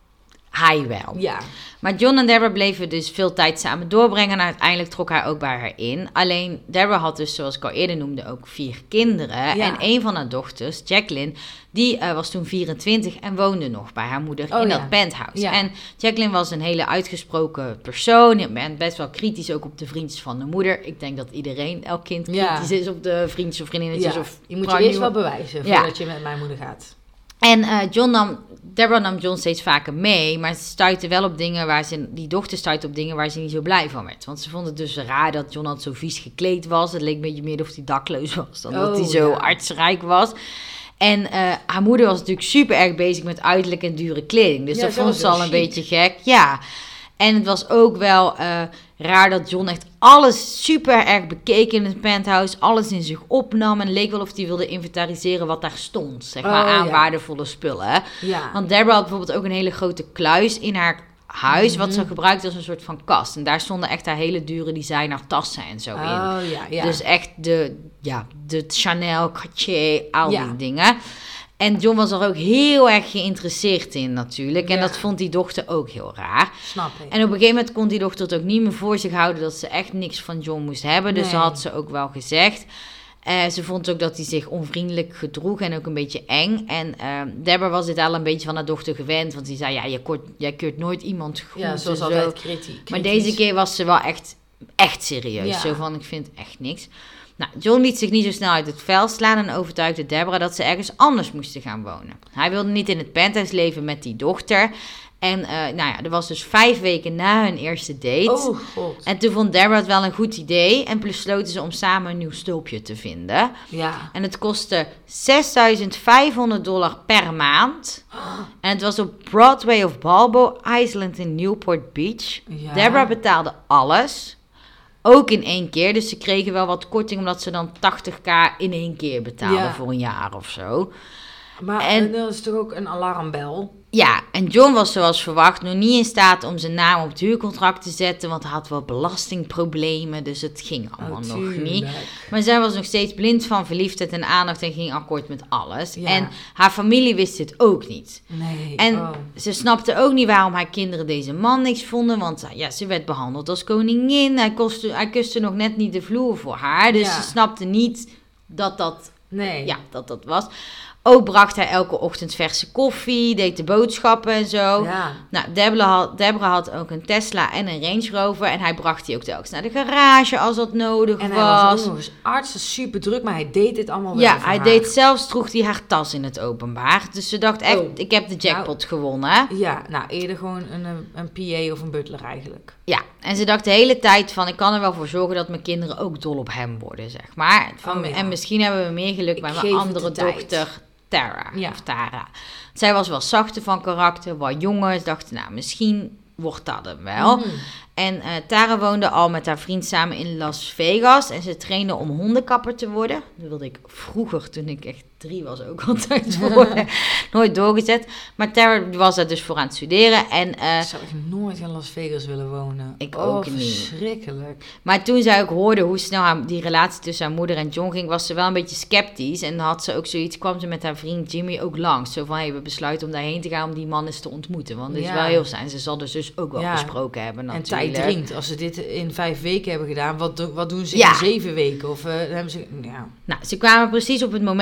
Hij wel. Ja. Maar John en Deborah bleven dus veel tijd samen doorbrengen en uiteindelijk trok hij ook bij haar in. Alleen Deborah had dus, zoals ik al eerder noemde, ook vier kinderen. Ja. En een van haar dochters, Jacqueline, die uh, was toen vierentwintig en woonde nog bij haar moeder oh, in ja. dat penthouse. Ja. En Jacqueline was een hele uitgesproken persoon. En best wel kritisch ook op de vriendjes van de moeder. Ik denk dat iedereen, elk kind kritisch ja. is op de vriendjes of vriendinnetjes. Ja. Of je moet je eerst wel bewijzen voordat ja. je met mijn moeder gaat. En uh, John nam, Deborah nam John steeds vaker mee, maar ze stuitte wel op dingen waar ze, die dochter stuitte op dingen waar ze niet zo blij van werd. Want ze vond het dus raar dat John altijd zo vies gekleed was. Het leek een beetje meer of hij dakloos was dan oh, dat hij zo ja. artsrijk was. En uh, haar moeder was natuurlijk super erg bezig met uiterlijk en dure kleding. Dus ja, dat vond ze al een chic. beetje gek. Ja. En het was ook wel uh, raar dat John echt alles super erg bekeek in het penthouse. Alles in zich opnam. En het leek wel of hij wilde inventariseren wat daar stond. Zeg maar oh, aan ja. waardevolle spullen. Ja. Want Deborah had bijvoorbeeld ook een hele grote kluis in haar huis. Mm-hmm. Wat ze gebruikte als een soort van kast. En daar stonden echt haar hele dure designer tassen en zo oh, in. Ja, ja. Dus echt de, ja, de Chanel, Cartier, al ja. die dingen. En John was er ook heel erg geïnteresseerd in natuurlijk. En ja. dat vond die dochter ook heel raar. Snap ik. En op een gegeven moment kon die dochter het ook niet meer voor zich houden dat ze echt niks van John moest hebben. Dus nee. dat had ze ook wel gezegd. Uh, ze vond ook dat hij zich onvriendelijk gedroeg en ook een beetje eng. En uh, Deborah was dit al een beetje van haar dochter gewend. Want die zei, ja, je keurt, jij keurt nooit iemand goed. Ja, zoals altijd kritiek. Maar deze keer was ze wel echt, echt serieus. Ja. Zo van, ik vind echt niks. Nou, John liet zich niet zo snel uit het vel slaan en overtuigde Deborah dat ze ergens anders moesten gaan wonen. Hij wilde niet in het penthouse leven met die dochter. En uh, nou ja, dat was dus vijf weken na hun eerste date. Oh god. En toen vond Deborah het wel een goed idee en besloten ze om samen een nieuw stulpje te vinden. Ja. En het kostte zesduizend vijfhonderd dollar per maand. Oh. En het was op Broadway of Balboa Island in Newport Beach. Ja. Deborah betaalde alles. Ook in één keer. Dus ze kregen wel wat korting omdat ze dan tachtig k in één keer betaalden ja. voor een jaar of zo. Maar en, dat is toch ook een alarmbel? Ja, en John was zoals verwacht nog niet in staat om zijn naam op het huurcontract te zetten, want hij had wel belastingproblemen, dus het ging allemaal oh, nog niet. Maar zij was nog steeds blind van verliefdheid en aandacht en ging akkoord met alles. Ja. En haar familie wist dit ook niet. Nee, en oh. ze snapte ook niet waarom haar kinderen deze man niks vonden, want ja, ze werd behandeld als koningin. Hij, kostte, hij kuste nog net niet de vloer voor haar, dus ja. ze snapte niet dat dat, nee. ja, dat, dat was. Ook bracht hij elke ochtend verse koffie, deed de boodschappen en zo. Ja. Nou, Deborah had, Deborah had ook een Tesla en een Range Rover. En hij bracht die ook telkens naar de garage als dat nodig en was. En hij was ook nog eens arts, super druk, maar hij deed dit allemaal wel Ja, voor hij haar. deed zelfs, droeg hij haar tas in het openbaar. Dus ze dacht echt, oh. ik heb de jackpot nou, gewonnen. Ja, nou eerder gewoon een, een P A of een butler eigenlijk. Ja, en ze dacht de hele tijd van, ik kan er wel voor zorgen dat mijn kinderen ook dol op hem worden, zeg maar. Van, oh, ja. En misschien hebben we meer geluk ik bij mijn andere dochter... Tara, ja. of Tara. Zij was wel zachter van karakter, wat jonger. Ze dachten, nou, misschien wordt dat hem wel. Mm. En uh, Tara woonde al met haar vriend samen in Las Vegas. En ze trainde om hondenkapper te worden. Dat wilde ik vroeger, toen ik echt drie was, ook altijd voor. Nooit doorgezet. Maar Tara was daar dus voor aan het studeren. En, uh, zou ik nooit in Las Vegas willen wonen. Ik oh, ook niet. Verschrikkelijk. Maar toen zij ook hoorde hoe snel haar, die relatie tussen haar moeder en John ging, was ze wel een beetje sceptisch. En had ze ook zoiets, kwam ze met haar vriend Jimmy ook langs. Zo van, hey, we besluiten om daarheen te gaan om die man eens te ontmoeten. Want het ja. is wel heel zijn. Ze zal dus, dus ook wel ja. besproken hebben natuurlijk. En tijd dringt. Als ze dit in vijf weken hebben gedaan, wat, do- wat doen ze ja. in zeven weken? Of uh, hebben ze... Ja. Nou, ze kwamen precies op het moment aan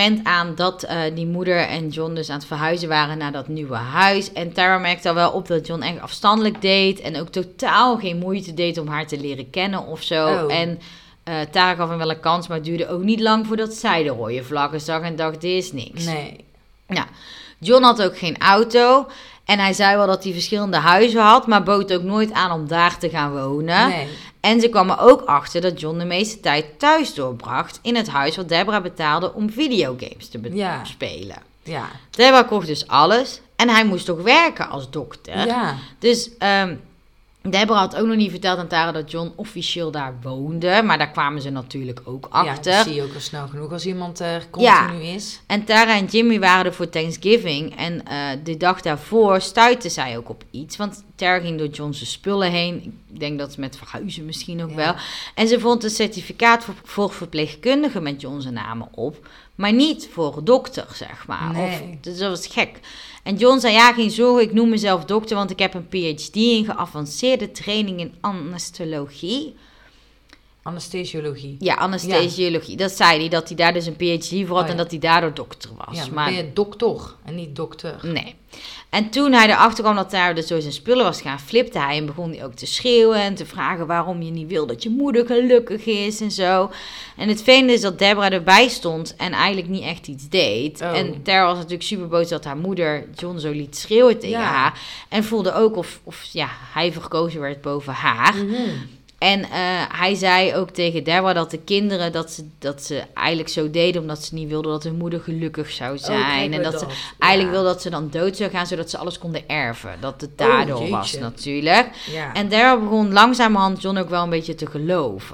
aan dat uh, die moeder en John dus aan het verhuizen waren naar dat nieuwe huis. En Tara merkte al wel op dat John echt afstandelijk deed. En ook totaal geen moeite deed om haar te leren kennen of zo. Oh. En uh, Tara gaf hem wel een kans, maar het duurde ook niet lang voordat zij de rode vlaggen zag en dacht, dit is niks. Nee. Ja, John had ook geen auto. En hij zei wel dat hij verschillende huizen had, maar bood ook nooit aan om daar te gaan wonen. Nee. En ze kwam er ook achter dat John de meeste tijd thuis doorbracht in het huis wat Deborah betaalde om videogames te be- Ja. spelen. Ja. Deborah kocht dus alles en hij moest toch werken als dokter. Ja. Dus um, Deborah had ook nog niet verteld aan Tara dat John officieel daar woonde, maar daar kwamen ze natuurlijk ook achter. Ja, dat zie je ook al snel genoeg als iemand er continu ja. is. En Tara en Jimmy waren er voor Thanksgiving. En uh, de dag daarvoor stuitte zij ook op iets. Want Tara ging door John's spullen heen. Ik denk dat ze met verhuizen misschien ook ja. wel. En ze vond een certificaat voor, voor verpleegkundige met John's namen op. Maar niet voor dokter, zeg maar. Nee. Of, dus dat was gek. En John zei, ja, geen zorgen, ik noem mezelf dokter, want ik heb een P H D in geavanceerde training in anesthesiologie. Anesthesiologie. Ja, anesthesiologie. Ja. Dat zei hij, dat hij daar dus een P H D voor had oh, ja. en dat hij daardoor dokter was. Ja, maar, maar ben je dokter en niet dokter? Nee. En toen hij erachter kwam dat daar dus door zijn spullen was gaan, flipte hij en begon hij ook te schreeuwen en te vragen waarom je niet wil dat je moeder gelukkig is en zo. En het vreemde is dat Deborah erbij stond en eigenlijk niet echt iets deed. Oh. En Tara was natuurlijk super boos dat haar moeder John zo liet schreeuwen tegen ja. haar. En voelde ook of, of ja, hij verkozen werd boven haar. Mm-hmm. En uh, hij zei ook tegen Deborah dat de kinderen, dat ze, dat ze eigenlijk zo deden omdat ze niet wilden dat hun moeder gelukkig zou zijn. Oh, en dat, dat ze eigenlijk ja. wilde dat ze dan dood zou gaan, zodat ze alles konden erven. Dat het daardoor oh, was natuurlijk. Ja. En Deborah begon langzamerhand John ook wel een beetje te geloven.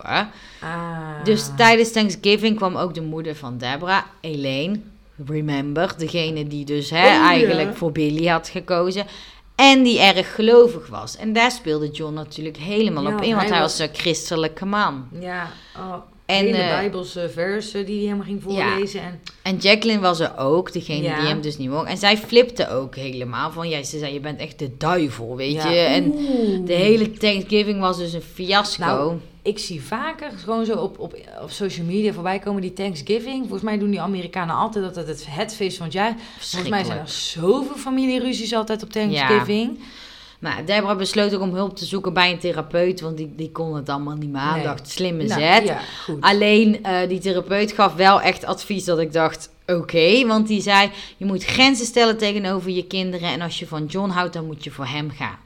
Ah. Dus tijdens Thanksgiving kwam ook de moeder van Deborah, Elaine, remember, degene die dus hè, oh, eigenlijk ja. voor Billy had gekozen. En die erg gelovig was. En daar speelde John natuurlijk helemaal ja, op in. Want hij, hij was een christelijke man. Ja, oh, en hele uh, Bijbelse versen die hij helemaal ging voorlezen. Ja. En... en Jacqueline was er ook. Degene ja. die hem dus niet mocht. En zij flipte ook helemaal. Van ja, ze zei, je bent echt de duivel, weet ja. je. En Oeh. de hele Thanksgiving was dus een fiasco. Nou, ik zie vaker gewoon zo op, op, op social media voorbij komen die Thanksgiving. Volgens mij doen die Amerikanen altijd dat het het, het feest van het jaar. Volgens mij zijn er zoveel familieruzies altijd op Thanksgiving. Ja. Maar Deborah besloot ook om hulp te zoeken bij een therapeut, want die, die kon het allemaal niet meer aan. Nee. Dacht, slimme nou, zet. Ja, goed. Alleen uh, die therapeut gaf wel echt advies dat ik dacht, oké. Okay, want die zei, je moet grenzen stellen tegenover je kinderen. En als je van John houdt, dan moet je voor hem gaan.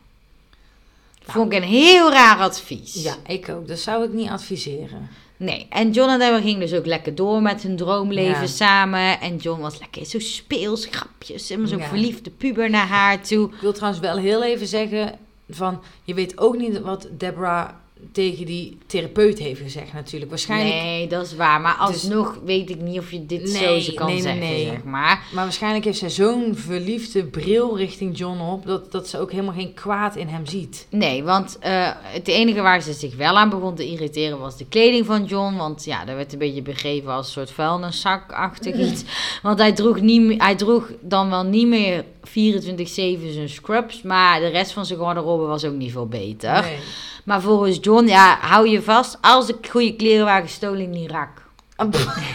Nou, vond ik een heel raar advies. Ja, ik ook. Dat zou ik niet adviseren. Nee, en John en Deborah gingen dus ook lekker door met hun droomleven ja. samen. En John was lekker zo speels, grapjes, en zo'n ja. verliefde puber naar haar toe. Ik wil trouwens wel heel even zeggen van, je weet ook niet wat Deborah tegen die therapeut heeft gezegd natuurlijk. Waarschijnlijk... Nee, dat is waar. Maar alsnog dus... weet ik niet of je dit nee, zo ze kan nee, zeggen, nee. zeg maar. Maar waarschijnlijk heeft zij zo'n verliefde bril richting John op, dat, dat ze ook helemaal geen kwaad in hem ziet. Nee, want uh, het enige waar ze zich wel aan begon te irriteren was de kleding van John. Want ja, dat werd een beetje begeven als een soort vuilniszakachtig iets. Want hij droeg, niet, hij droeg dan wel niet meer vierentwintig zeven zijn scrubs, maar de rest van zijn garderobe was ook niet veel beter. Nee. Maar volgens John, ja, hou je vast, als de goede kleren waren gestolen in Irak. Oh,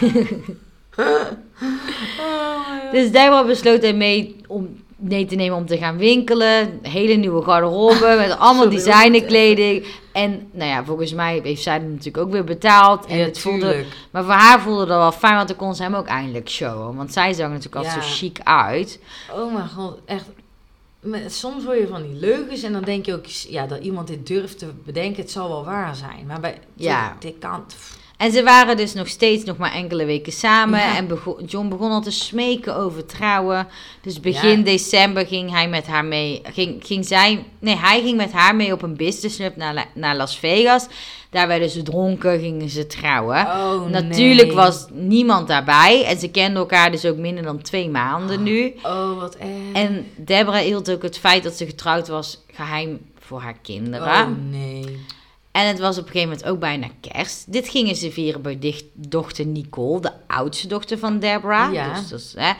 dus Deborah besloot hij mee om mee te nemen om te gaan winkelen. Hele nieuwe garderobe met allemaal designerkleding. En nou ja, volgens mij heeft zij het natuurlijk ook weer betaald. En ja, het voelde, maar voor haar voelde dat wel fijn, want dan kon ze hem ook eindelijk showen. Want zij zag natuurlijk altijd ja. zo chic uit. Oh mijn god, echt. Soms hoor je van die leugens en dan denk je ook, ja, dat iemand dit durft te bedenken, het zal wel waar zijn. Maar bij ja. dit kan. En ze waren dus nog steeds nog maar enkele weken samen. Ja. En begon, John begon al te smeken over trouwen. Dus begin ja. december ging hij met haar mee. Ging, ging zij, nee, hij ging met haar mee op een business trip naar, naar Las Vegas. Daar werden ze dronken, gingen ze trouwen. Oh, Natuurlijk nee. was niemand daarbij. En ze kenden elkaar dus ook minder dan twee maanden nu. Oh, wat erg. En Deborah hield ook het feit dat ze getrouwd was geheim voor haar kinderen. Oh, nee. En het was op een gegeven moment ook bijna kerst. Dit gingen ze vieren bij dicht, dochter Nicole, de oudste dochter van Deborah. Ja. Dus dat is, hè.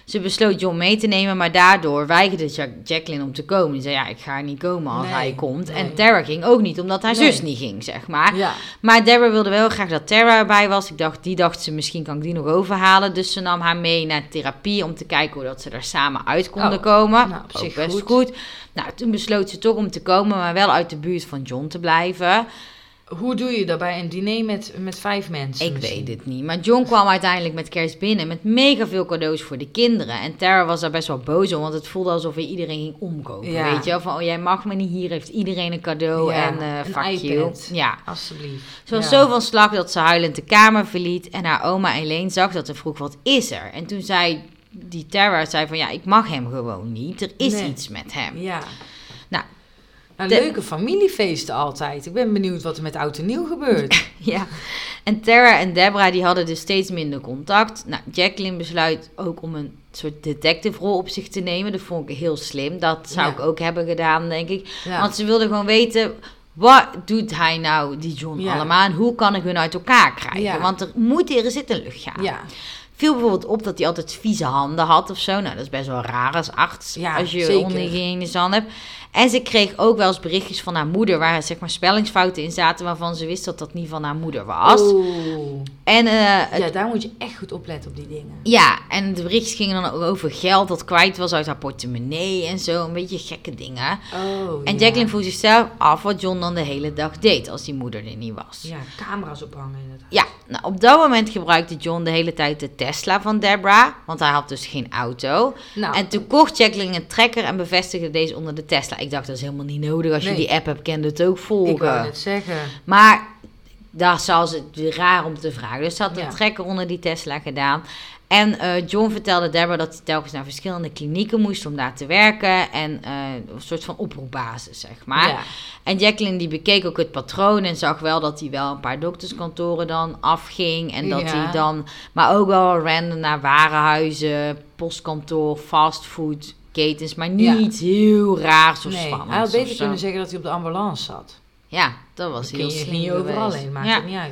Ze besloot John mee te nemen, maar daardoor weigerde Jack- Jacqueline om te komen. Die zei, ja, ik ga niet komen als Nee, hij komt. nee. En Tara ging ook niet, omdat haar Nee. zus niet ging, zeg maar. Ja. Maar Deborah wilde wel graag dat Tara erbij was. Ik dacht, die dacht ze, misschien kan ik die nog overhalen. Dus ze nam haar mee naar therapie om te kijken hoe dat ze er samen uit konden Oh, komen. nou, op Ook zich best goed. goed. Nou, toen besloot ze toch om te komen, maar wel uit de buurt van John te blijven. Hoe doe je dat bij een diner met, met vijf mensen? Ik misschien? weet het niet. Maar John kwam uiteindelijk met kerst binnen met mega veel cadeaus voor de kinderen. En Tara was daar best wel boos om, want het voelde alsof hij iedereen ging omkopen. Ja. Weet je wel? Van, oh, jij mag me niet, hier heeft iedereen een cadeau Ja, en eh een fuck you. iPad. Ja. Alsjeblieft. Ze was Ja. zo van slag dat ze huilend de kamer verliet. En haar oma Elaine zag dat en vroeg, wat is er? En toen zei die Tara, zei van, ja, ik mag hem gewoon niet. Er is Nee. iets met hem. Ja. Nou, Nou, de- leuke familiefeesten altijd. Ik ben benieuwd wat er met oud en nieuw gebeurt. Ja, en Tara en Deborah die hadden dus steeds minder contact. Nou, Jacqueline besluit ook om een soort detective rol op zich te nemen. Dat vond ik heel slim. Dat zou Ja. ik ook hebben gedaan, denk ik. Ja. Want ze wilde gewoon weten, wat doet hij nou, die John, Ja. allemaal? En hoe kan ik hun uit elkaar krijgen? Ja. Want er moet hier zit een luchtgaan. Ja. Viel bijvoorbeeld op dat hij altijd vieze handen had of zo. Nou, dat is best wel raar als arts, Ja, als je zeker. onhygiënische handen hebt. En ze kreeg ook wel eens berichtjes van haar moeder, waar zeg maar spellingsfouten in zaten, waarvan ze wist dat dat niet van haar moeder was. Oeh. En eh, het- Ja, daar moet je echt goed opletten op die dingen. ja, en de berichtjes gingen dan ook over geld dat kwijt was uit haar portemonnee en zo. Een beetje gekke dingen. Oh, En ja. Jacqueline vroeg zichzelf af wat John dan de hele dag deed als die moeder er niet was. Ja, camera's ophangen inderdaad. Ja, nou, op dat moment gebruikte John de hele tijd de Tesla van Deborah, want hij had dus geen auto. Nou, En toen kocht Jacqueline een trekker en bevestigde deze onder de Tesla. Ik dacht, dat is helemaal niet nodig. Als je Nee. die app hebt, kan je het ook ik volgen. wou net zeggen. Maar daar zou ze het raar om te vragen. Dus ze had een Ja. trekker onder die Tesla gedaan. En eh, John vertelde Deborah dat hij telkens naar verschillende klinieken moest om daar te werken. En eh, een soort van oproepbasis, zeg maar. Ja. En Jacqueline die bekeek ook het patroon en zag wel dat hij wel een paar dokterskantoren dan afging. En dat Ja. hij dan, maar ook wel random naar warenhuizen, postkantoor, fastfood ketens. Maar niet heel raars of Nee, spannend. hij had beter of zo. kunnen zeggen dat hij op de ambulance zat. Ja, dat was Dan heel kun je slim niet overal geweest. heen, maakt Ja. het niet uit.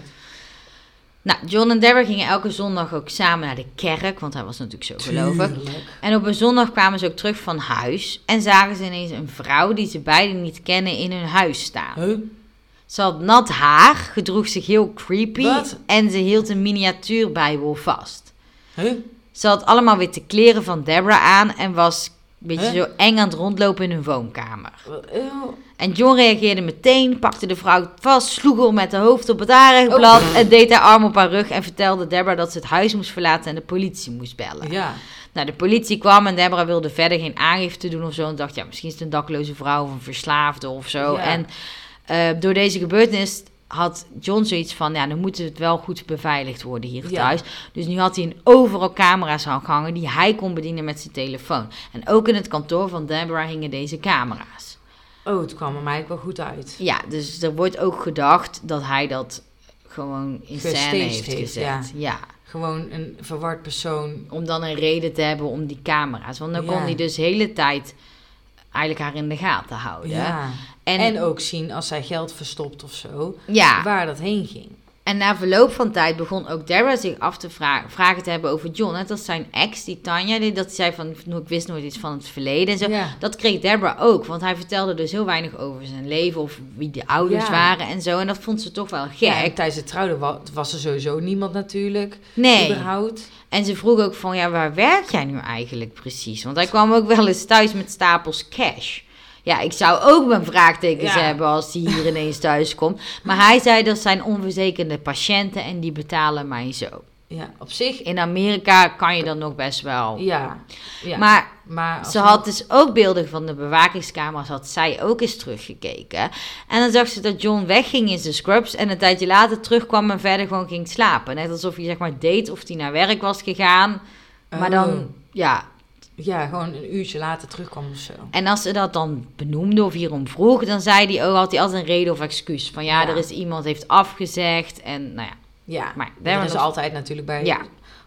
Nou, John en Deborah gingen elke zondag ook samen naar de kerk, want hij was natuurlijk zo gelovig. Tuurlijk. En op een zondag kwamen ze ook terug van huis en zagen ze ineens een vrouw die ze beiden niet kennen in hun huis staan. Huh? Ze had nat haar, gedroeg zich heel creepy Wat? en ze hield een miniatuurbijbel vast. Huh? Ze had allemaal witte kleren van Deborah aan en was een beetje Huh? zo eng aan het rondlopen in hun woonkamer. Wat- eeuw. En John reageerde meteen, pakte de vrouw vast, sloeg haar met de hoofd op het aanrechtblad Oh. en deed haar arm op haar rug en vertelde Deborah dat ze het huis moest verlaten en de politie moest bellen. Ja. Nou, de politie kwam en Deborah wilde verder geen aangifte doen of zo. En dacht, ja, misschien is het een dakloze vrouw of een verslaafde of zo. Ja. En eh, door deze gebeurtenis had John zoiets van, ja, dan moet het wel goed beveiligd worden hier Ja. thuis. Dus nu had hij een overal camera's hangen die hij kon bedienen met zijn telefoon. En ook in het kantoor van Deborah hingen deze camera's. Oh, het kwam er mij ook wel goed uit. Ja, dus er wordt ook gedacht dat hij dat gewoon in scène Gestaged heeft heeft, gezet. ja. Ja. Gewoon een verward persoon. Om dan een reden te hebben om die camera's. Want dan Ja. kon hij dus de hele tijd eigenlijk haar in de gaten houden. Ja. En, En, ook zien als zij geld verstopt of zo, ja, waar dat heen ging. en na verloop van tijd begon ook Deborah zich af te vragen, vragen te hebben over John. Net als zijn ex, die Tanja, die, dat hij zei van, "Nou, ik wist nooit iets van het verleden en zo. Ja. Dat kreeg Deborah ook, want hij vertelde dus heel weinig over zijn leven of wie de ouders Ja. waren en zo. En dat vond ze toch wel gek. Ja, en tijdens het trouwen wa- was er sowieso niemand natuurlijk. nee. Überhaupt. En ze vroeg ook van, ja, waar werk jij nu eigenlijk precies? Want hij kwam ook wel eens thuis met stapels cash. Ja, ik zou ook mijn vraagtekens Ja. hebben als hij hier ineens thuis komt. Maar hij zei, dat zijn onverzekerde patiënten en die betalen mij zo. Ja, op zich. In Amerika kan je dan nog best wel. Ja. ja. Maar maar als ze had dus ook beelden van de bewakingskamers, had zij ook eens teruggekeken. En dan zag ze dat John wegging in zijn scrubs en een tijdje later terugkwam en verder gewoon ging slapen. Net alsof hij zeg maar deed of hij naar werk was gegaan. Maar dan, Oh. ja. Ja, gewoon een uurtje later terugkwam of zo. En als ze dat dan benoemde of hierom vroeg, dan zei hij, oh, had hij altijd een reden of excuus. Van ja, Ja. er is iemand heeft afgezegd en nou ja. Ja, Maar dat daar is was- altijd natuurlijk bij Ja.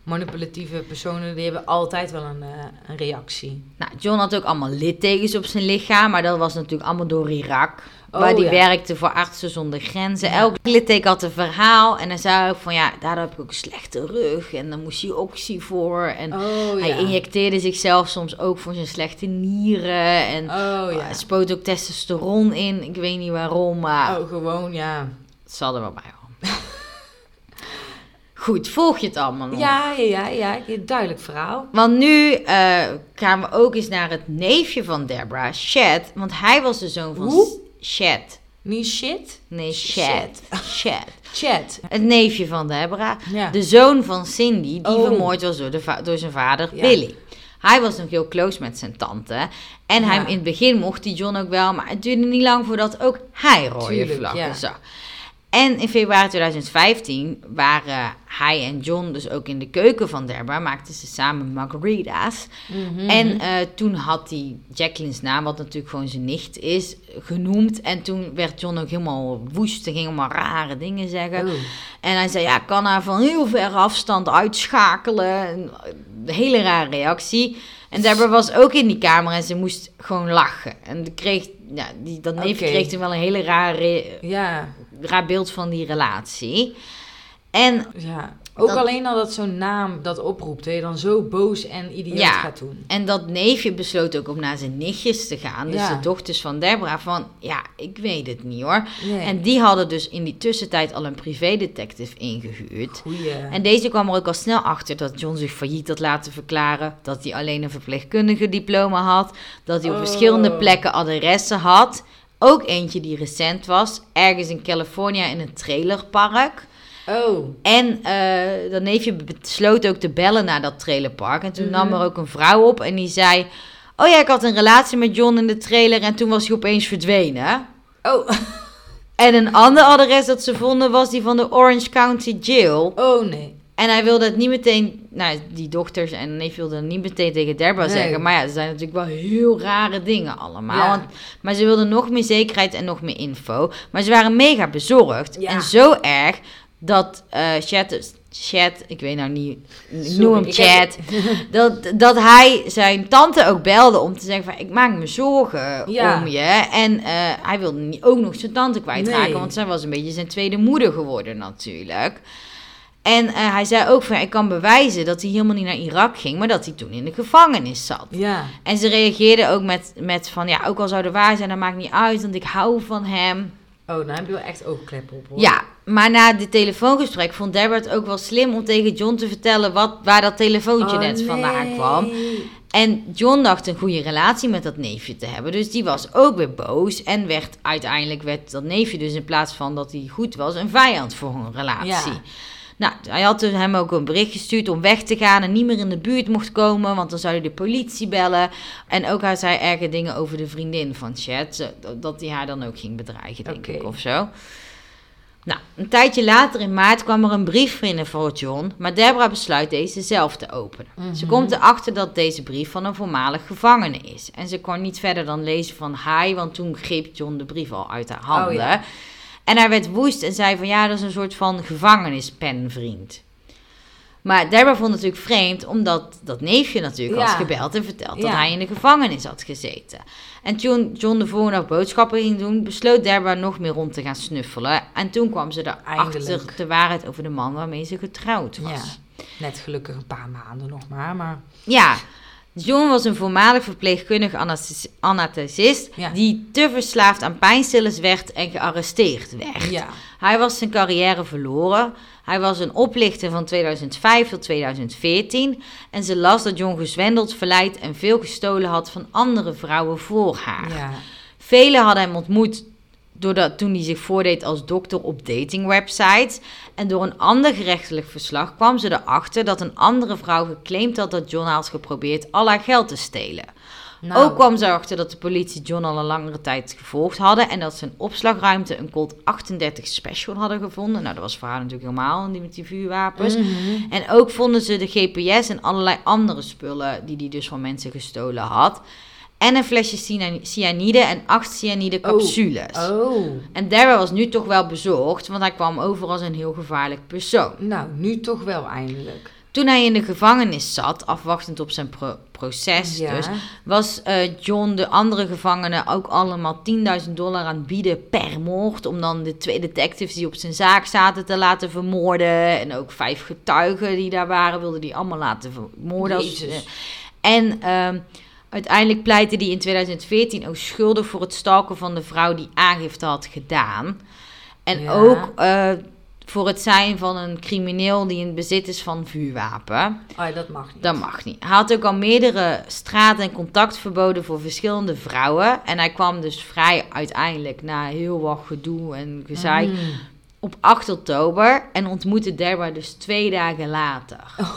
manipulatieve personen, die hebben altijd wel een, uh, een reactie. Nou, John had ook allemaal littekens op zijn lichaam, maar dat was natuurlijk allemaal door Irak. Oh, waar die ja. werkte voor Artsen zonder Grenzen. Elk litteken had een verhaal. En hij zei ook van, ja, daardoor heb ik ook een slechte rug. En dan moest hij oxy voor. En oh, hij ja. injecteerde zichzelf soms ook voor zijn slechte nieren. En oh, ja. uh, spoot ook testosteron in. Ik weet niet waarom, maar... Oh, gewoon, ja. Het zal er wel bij horen. Goed, volg je het allemaal nog? Ja, ja, ja, ja. Duidelijk verhaal. Want nu uh, gaan we ook eens naar het neefje van Deborah, Chad. Want hij was de zoon van... Hoe? Chad. Niet shit? Nee, Chad. Chad. Chad. Het neefje van Deborah. Ja. De zoon van Cindy, die Oh. vermoord was door, de va- door zijn vader, Ja. Billy. Hij was nog heel close met zijn tante. En hij, Ja. in het begin mocht die John ook wel. Maar het duurde niet lang voordat ook hij rode Tuurlijk, vlaggen ja. zag. En in februari twintig vijftien waren hij en John dus ook in de keuken van Deborah. Maakten ze samen margaritas. Mm-hmm. En uh, toen had hij Jacqueline's naam, wat natuurlijk gewoon zijn nicht is, genoemd. En toen werd John ook helemaal woest en ging allemaal rare dingen zeggen. Oh. En hij zei, ja, ik kan haar van heel ver afstand uitschakelen. Een hele rare reactie. En Deborah was ook in die kamer en ze moest gewoon lachen. En die kreeg, ja, die, dat neefje Oké. kreeg toen wel een hele rare, Ja, raar beeld van die relatie. En ja. Ook Dat- alleen al dat zo'n naam dat oproept, hè, je dan zo boos en idioot Ja. gaat doen. En dat neefje besloot ook om naar zijn nichtjes te gaan. Dus Ja. de dochters van Deborah van, ja, ik weet het niet hoor. Nee. En die hadden dus in die tussentijd al een privédetective ingehuurd. Goeie. En deze kwam er ook al snel achter dat John zich failliet had laten verklaren. Dat hij alleen een verpleegkundige diploma had. Dat hij op Oh. verschillende plekken adressen had. Ook eentje die recent was. Ergens in Californië in een trailerpark. Oh. En eh, dat neefje besloot ook te bellen naar dat trailerpark. En toen Mhm. nam er ook een vrouw op en die zei... Oh ja, ik had een relatie met John in de trailer en toen was hij opeens verdwenen. Oh. En een ander adres dat ze vonden was die van de Orange County Jail. Oh nee. En hij wilde het niet meteen... Nou, die dochters en neef wilden het niet meteen tegen Deborah Nee. zeggen. Maar ja, er zijn natuurlijk wel heel rare dingen allemaal. Ja. Want, maar ze wilden nog meer zekerheid en nog meer info. Maar ze waren mega bezorgd. Ja. En zo erg dat uh, Chad... Chad, ik weet nou niet... Ik Sorry, noem hem ik Chad. heb- Dat, dat hij zijn tante ook belde om te zeggen van... Ik maak me zorgen Ja. om je. En uh, hij wilde niet ook nog zijn tante kwijtraken. Nee. Want zij was een beetje zijn tweede moeder geworden natuurlijk. En uh, hij zei ook van... Ik kan bewijzen dat hij helemaal niet naar Irak ging... maar dat hij toen in de gevangenis zat. Ja. En ze reageerden ook met, met van... Ja, ook al zou er waar zijn, dat maakt niet uit... want ik hou van hem. Oh, nou heb je wel echt oogkleppen op, hoor. Ja, maar na dit telefoongesprek vond Deborah het ook wel slim... om tegen John te vertellen wat, waar dat telefoontje Oh, net nee. vandaan kwam. En John dacht een goede relatie met dat neefje te hebben. Dus die was ook weer boos. En werd uiteindelijk werd dat neefje dus in plaats van dat hij goed was... een vijand voor hun relatie. Ja. Nou, hij had dus hem ook een bericht gestuurd om weg te gaan... en niet meer in de buurt mocht komen... want dan zou hij de politie bellen. En ook had hij erge dingen over de vriendin van Chad... dat hij haar dan ook ging bedreigen, denk Oké. ik, of zo. Nou, een tijdje later in maart kwam er een brief binnen voor John... maar Deborah besluit deze zelf te openen. Mhm. Ze komt erachter dat deze brief van een voormalig gevangene is. En ze kon niet verder dan lezen van hi... want toen greep John de brief al uit haar handen... Oh, ja. En hij werd woest en zei van ja, dat is een soort van gevangenispenvriend. Maar Deborah vond het natuurlijk vreemd, omdat dat neefje natuurlijk Ja. had gebeld en verteld dat Ja. hij in de gevangenis had gezeten. En toen John de volgende dag boodschappen ging doen, besloot Deborah nog meer rond te gaan snuffelen. En toen kwam ze erachter Eindelijk. de waarheid over de man waarmee ze getrouwd was. Ja. Net gelukkig een paar maanden nog maar, maar... Ja, John was een voormalig verpleegkundig anesthesi- anesthesist... Ja. die te verslaafd aan pijnstillers werd en gearresteerd werd. Ja. Hij was zijn carrière verloren. Hij was een oplichter van tweeduizend vijf tot tweeduizend veertien... en ze las dat John gezwendeld, verleid en veel gestolen had... van andere vrouwen voor haar. Ja. Velen hadden hem ontmoet doordat, toen hij zich voordeed als dokter op datingwebsites. En door een ander gerechtelijk verslag kwam ze erachter dat een andere vrouw geclaimd had dat John had geprobeerd al haar geld te stelen. Nou, Ook kwam ze erachter dat de politie John al een langere tijd gevolgd hadden en dat ze in opslagruimte een Colt achtendertig Special hadden gevonden. Nou, dat was voor haar natuurlijk helemaal, die met die vuurwapens. mhm. En ook vonden ze de G P S en allerlei andere spullen die hij dus van mensen gestolen had. En een flesje cyani- cyanide en acht cyanide capsules. Oh. En Deborah was nu toch wel bezorgd, want hij kwam over als een heel gevaarlijk persoon. Nou, nu toch wel eindelijk. Toen hij in de gevangenis zat, afwachtend op zijn pro- proces Ja. dus, was uh, John de andere gevangenen ook allemaal tienduizend dollar aan het bieden per moord, om dan de twee detectives die op zijn zaak zaten te laten vermoorden. En ook vijf getuigen die daar waren, wilden die allemaal laten vermoorden. Als, uh, en uh, uiteindelijk pleitte hij in tweeduizend veertien ook schuldig voor het stalken van de vrouw die aangifte had gedaan. En ja. ook uh, voor het zijn van een crimineel die in bezit is van vuurwapen. Oh ja, dat mag niet. Dat mag niet. Hij had ook al meerdere straat- en contactverboden voor verschillende vrouwen. En hij kwam dus vrij uiteindelijk na heel wat gedoe en gezeik mm. op acht oktober. En ontmoette Deborah dus twee dagen later. Oh.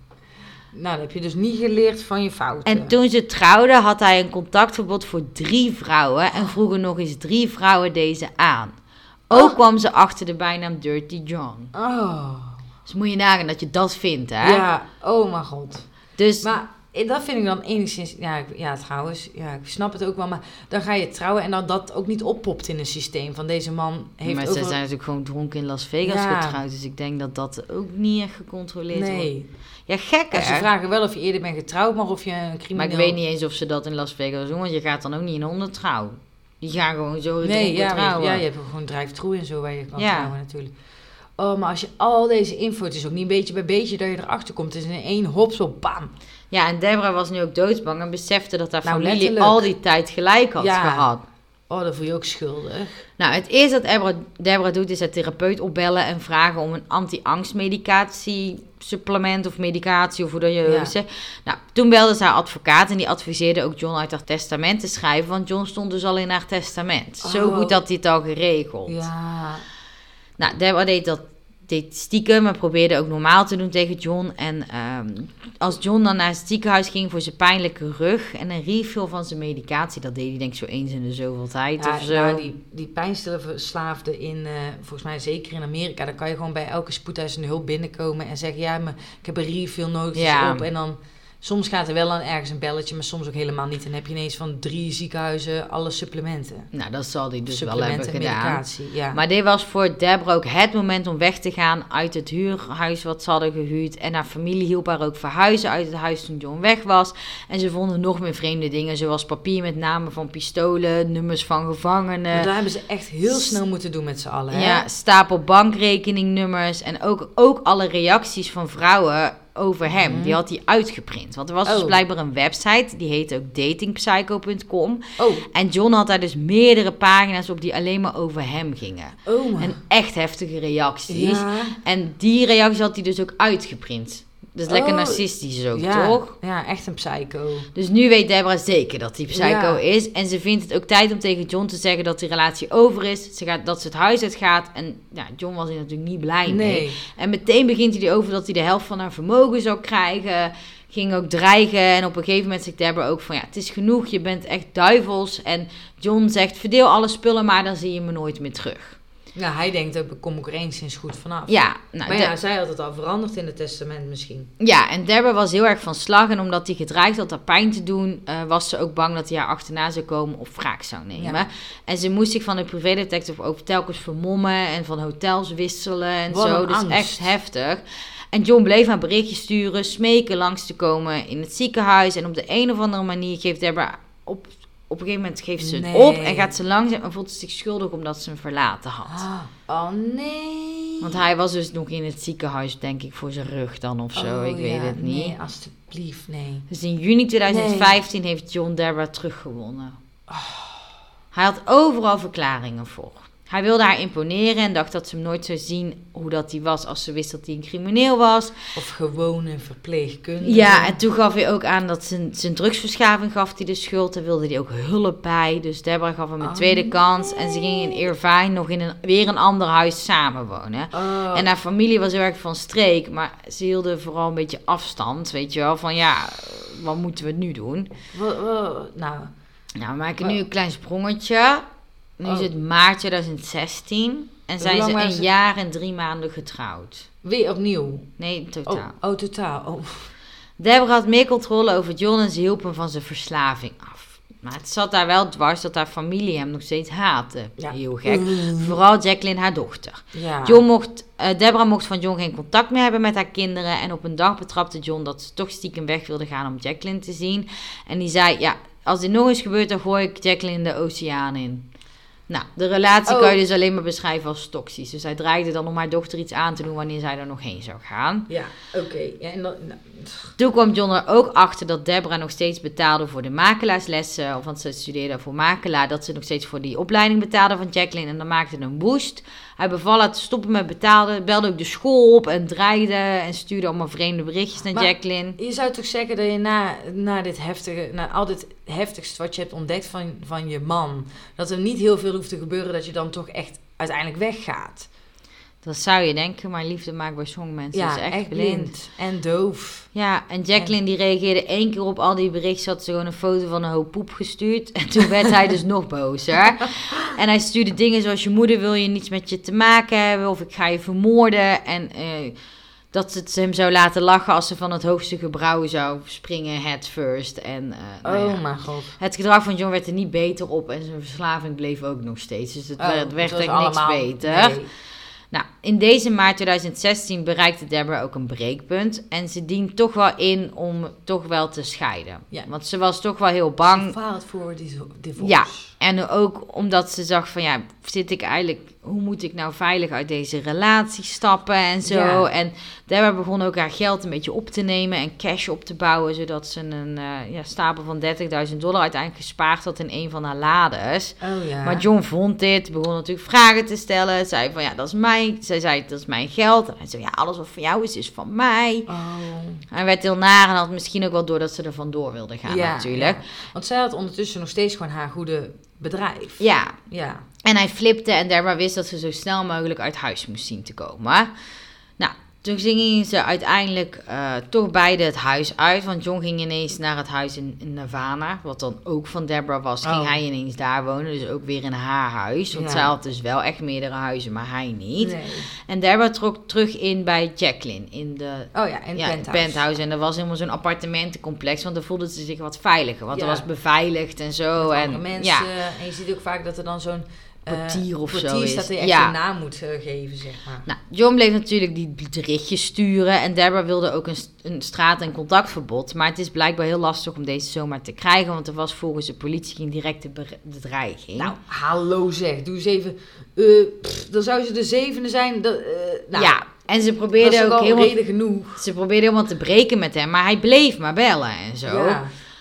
Nou, dan heb je dus niet geleerd van je fouten. En toen ze trouwden had hij een contactverbod voor drie vrouwen. En vroegen nog eens drie vrouwen deze aan. Ook oh. kwam ze achter de bijnaam Dirty John. Oh. Dus moet je nagaan dat je dat vindt, hè? Ja, oh mijn god. Dus, maar dat vind ik dan enigszins... Ja, ja, trouwens, ja, ik snap het ook wel. Maar dan ga je trouwen en dan dat ook niet oppopt in een systeem. Van deze man heeft Maar over... ze zijn natuurlijk gewoon dronken in Las Vegas ja. getrouwd. Dus ik denk dat dat ook niet echt gecontroleerd nee. wordt. Ja, gek hè? Ze vragen wel of je eerder bent getrouwd, maar of je een crimineel... Maar ik weet niet eens of ze dat in Las Vegas doen. Want je gaat dan ook niet in honderd trouwen. Die gaan gewoon zo nee, ja, trouwen. Ja, je hebt gewoon drive-thru en zo waar je kan ja. trouwen natuurlijk. Oh, maar als je al deze info... Het is ook niet beetje bij beetje dat je erachter komt. Het is in één hop zo bam. Ja, en Deborah was nu ook doodsbang en besefte dat haar nou, familie letterlijk. al die tijd gelijk had ja. gehad. Oh, dat voel je ook schuldig. Nou, het eerste dat Deborah, Deborah doet is haar therapeut opbellen en vragen om een anti-angstmedicatie supplement of medicatie of hoe dat je ja. zegt. Nou, toen belde ze haar advocaat en die adviseerde ook John uit haar testament te schrijven, want John stond dus al in haar testament. Oh. Zo goed had hij het al geregeld. Ja. Nou, Deborah deed dat deed stiekem, maar probeerde ook normaal te doen tegen John. En um, als John dan naar het ziekenhuis ging voor zijn pijnlijke rug en een refill van zijn medicatie, dat deed hij denk ik zo eens in de zoveel tijd ja, of zo. Nou, die, die pijnstilleverslaafden in, uh, volgens mij zeker in Amerika, dan kan je gewoon bij elke spoedeisende hulp binnenkomen en zeggen, ja, maar ik heb een refill nodig, ja. op. En dan, soms gaat er wel aan ergens een belletje, maar soms ook helemaal niet. En dan heb je ineens van drie ziekenhuizen alle supplementen. Nou, dat zal hij dus wel hebben gedaan. Medicatie, ja. Maar dit was voor Deborah ook het moment om weg te gaan uit het huurhuis wat ze hadden gehuurd. En haar familie hielp haar ook verhuizen uit het huis toen John weg was. En ze vonden nog meer vreemde dingen, zoals papier met namen van pistolen, nummers van gevangenen. Maar daar hebben ze echt heel snel moeten doen met z'n allen, hè? Ja, stapel bankrekeningnummers en ook, ook alle reacties van vrouwen over hem. Mm. Die had hij uitgeprint. Want er was oh. dus blijkbaar een website, die heette ook dating psycho punt com. Oh. En John had daar dus meerdere pagina's op die alleen maar over hem gingen. Oh, en echt heftige reacties. Ja. En die reacties had hij dus ook uitgeprint. Dus lekker oh. narcistisch ook, ja. toch? Ja, echt een psycho. Dus nu weet Deborah zeker dat hij psycho ja. is. En ze vindt het ook tijd om tegen John te zeggen dat die relatie over is. Ze gaat, dat ze het huis uit gaat. En ja, John was er natuurlijk niet blij nee. mee. En meteen begint hij erover dat hij de helft van haar vermogen zou krijgen. Ging ook dreigen. En op een gegeven moment zegt Deborah ook van, ja, het is genoeg. Je bent echt duivels. En John zegt, verdeel alle spullen, maar dan zie je me nooit meer terug. Ja, hij denkt ook, kom ik er enigszins goed vanaf. Ja, nou, maar ja, de- zij had het al veranderd in het testament misschien. Ja, en Deborah was heel erg van slag. En omdat hij gedreigd had haar pijn te doen, uh, was ze ook bang dat hij haar achterna zou komen of wraak zou nemen. Ja. En ze moest zich van de privédetective ook telkens vermommen en van hotels wisselen en Wat zo. een Dus angst. echt heftig. En John bleef haar berichtjes sturen, smeken langs te komen in het ziekenhuis. En op de een of andere manier geeft Deborah op... Op een gegeven moment geeft ze het nee. op en gaat ze langzaam en voelt ze zich schuldig omdat ze hem verlaten had. Ah. Oh nee. Want hij was dus nog in het ziekenhuis, denk ik, voor zijn rug dan of zo. Oh, ik weet ja, het niet. Nee, alsjeblieft, nee. Dus in juni tweeduizend vijftien nee. heeft John Deborah teruggewonnen. Oh. Hij had overal verklaringen voor. Hij wilde haar imponeren en dacht dat ze hem nooit zou zien hoe dat hij was als ze wist dat hij een crimineel was. Of gewoon een verpleegkundige. Ja, en toen gaf hij ook aan dat zijn, zijn drugsverslaving gaf hij de schuld. Daar wilde hij ook hulp bij. Dus Deborah gaf hem een oh, tweede kans. nee. En ze gingen in Irvine nog in een, weer een ander huis samenwonen. Oh. En haar familie was heel erg van streek. Maar ze hielden vooral een beetje afstand, weet je wel. Van ja, wat moeten we nu doen? Wat, wat, nou... Nou, we maken nu een klein sprongetje. Nu oh. is het maart tweeduizend zestien. En zijn ze een ze... jaar en drie maanden getrouwd. Weer opnieuw? Nee, totaal. Oh, oh totaal. Oh. Deborah had meer controle over John en ze hielp hem van zijn verslaving af. Maar het zat daar wel dwars dat haar familie hem nog steeds haatte. Ja. Heel gek. Mm. Vooral Jacqueline, haar dochter. Ja. John mocht, uh, Deborah mocht van John geen contact meer hebben met haar kinderen. En op een dag betrapte John dat ze toch stiekem weg wilde gaan om Jacqueline te zien. En die zei, ja, als dit nog eens gebeurt, dan gooi ik Jacqueline de oceaan in. Nou, de relatie Oh. kan je dus alleen maar beschrijven als toxisch. Dus hij dreigde dan om haar dochter iets aan te doen wanneer zij er nog heen zou gaan. Ja, oké. Okay. Ja, en dan, nou. Toen kwam John er ook achter dat Deborah nog steeds betaalde voor de makelaarslessen. Of want ze studeerde voor makelaar. Dat ze nog steeds voor die opleiding betaalde van Jacqueline. En dan maakte een woest. Hij beval haar te stoppen met betalen. Belde ook de school op en dreigde. En stuurde allemaal vreemde berichtjes naar Maar Jacqueline. Je zou toch zeggen dat je na, na dit heftige, na al dit heftigste wat je hebt ontdekt van, van je man, dat er niet heel veel hoeft te gebeuren dat je dan toch echt uiteindelijk weggaat. Dat zou je denken, maar liefde maakt bij sommige mensen Ja, is echt, echt blind. blind. En doof. Ja, en Jacqueline die reageerde één keer op al die berichtjes. Had ze gewoon een foto van een hoop poep gestuurd. En toen werd hij dus nog bozer. En hij stuurde dingen zoals: je moeder wil je niets met je te maken hebben. Of ik ga je vermoorden. En uh, dat het hem zou laten lachen als ze van het hoogste gebouw zou springen head first. En, uh, nou Oh ja. mijn god. Het gedrag van John werd er niet beter op. En zijn verslaving bleef ook nog steeds. Dus het Oh, werd, werd het was echt niks allemaal- beter. Nee. Nou, in deze maart twintig zestien bereikte Deborah ook een breekpunt. En ze dient toch wel in om toch wel te scheiden. Ja. Want ze was toch wel heel bang. Ze filed for divorce. Ja, en ook omdat ze zag van ja, zit ik eigenlijk, hoe moet ik nou veilig uit deze relatie stappen en zo. Ja. En Deborah begon ook haar geld een beetje op te nemen en cash op te bouwen, zodat ze een uh, ja, stapel van dertigduizend dollar uiteindelijk gespaard had in een van haar lades. Oh ja. Maar John vond dit, begon natuurlijk vragen te stellen. Zei van ja, dat is mijn, zij zei dat is mijn geld. En hij zei ja, alles wat van jou is, is van mij. Oh. Hij werd heel naar en had misschien ook wel door dat ze er vandoor wilde gaan Ja, natuurlijk. ja. Want zij had ondertussen nog steeds gewoon haar goede bedrijf. Ja, Ja. en hij flipte en Deborah wist dat ze zo snel mogelijk uit huis moest zien te komen. Nou, toen gingen ze uiteindelijk uh, toch beide het huis uit. Want John ging ineens naar het huis in, in Nirvana, wat dan ook van Deborah was. Ging Oh. hij ineens daar wonen, dus ook weer in haar huis. Want Ja. zij had dus wel echt meerdere huizen, maar hij niet. Nee. En Deborah trok terug in bij Jacqueline in de Oh ja, en ja, penthouse. penthouse. En er was helemaal zo'n appartementencomplex, want daar voelde ze zich wat veiliger. Want Ja. er was beveiligd en zo. Met En andere mensen. ja, En je ziet ook vaak dat er dan zo'n eh, Portier of zo portier is. staat die echt Ja. een naam moet uh, geven, zeg maar. nou, John bleef natuurlijk die berichtjes sturen. En Deborah wilde ook een, st- een straat- en contactverbod. Maar het is blijkbaar heel lastig om deze zomaar te krijgen. Want er was volgens de politie geen directe be- bedreiging. Nou, hallo zeg. Doe eens even... Uh, pff, dan zou ze de zevende zijn. Dat, uh, nou, ja, en ze dat is probeerde ook ook al helemaal, reden genoeg. ze probeerde helemaal te breken met hem. Maar hij bleef maar bellen en zo. Ja.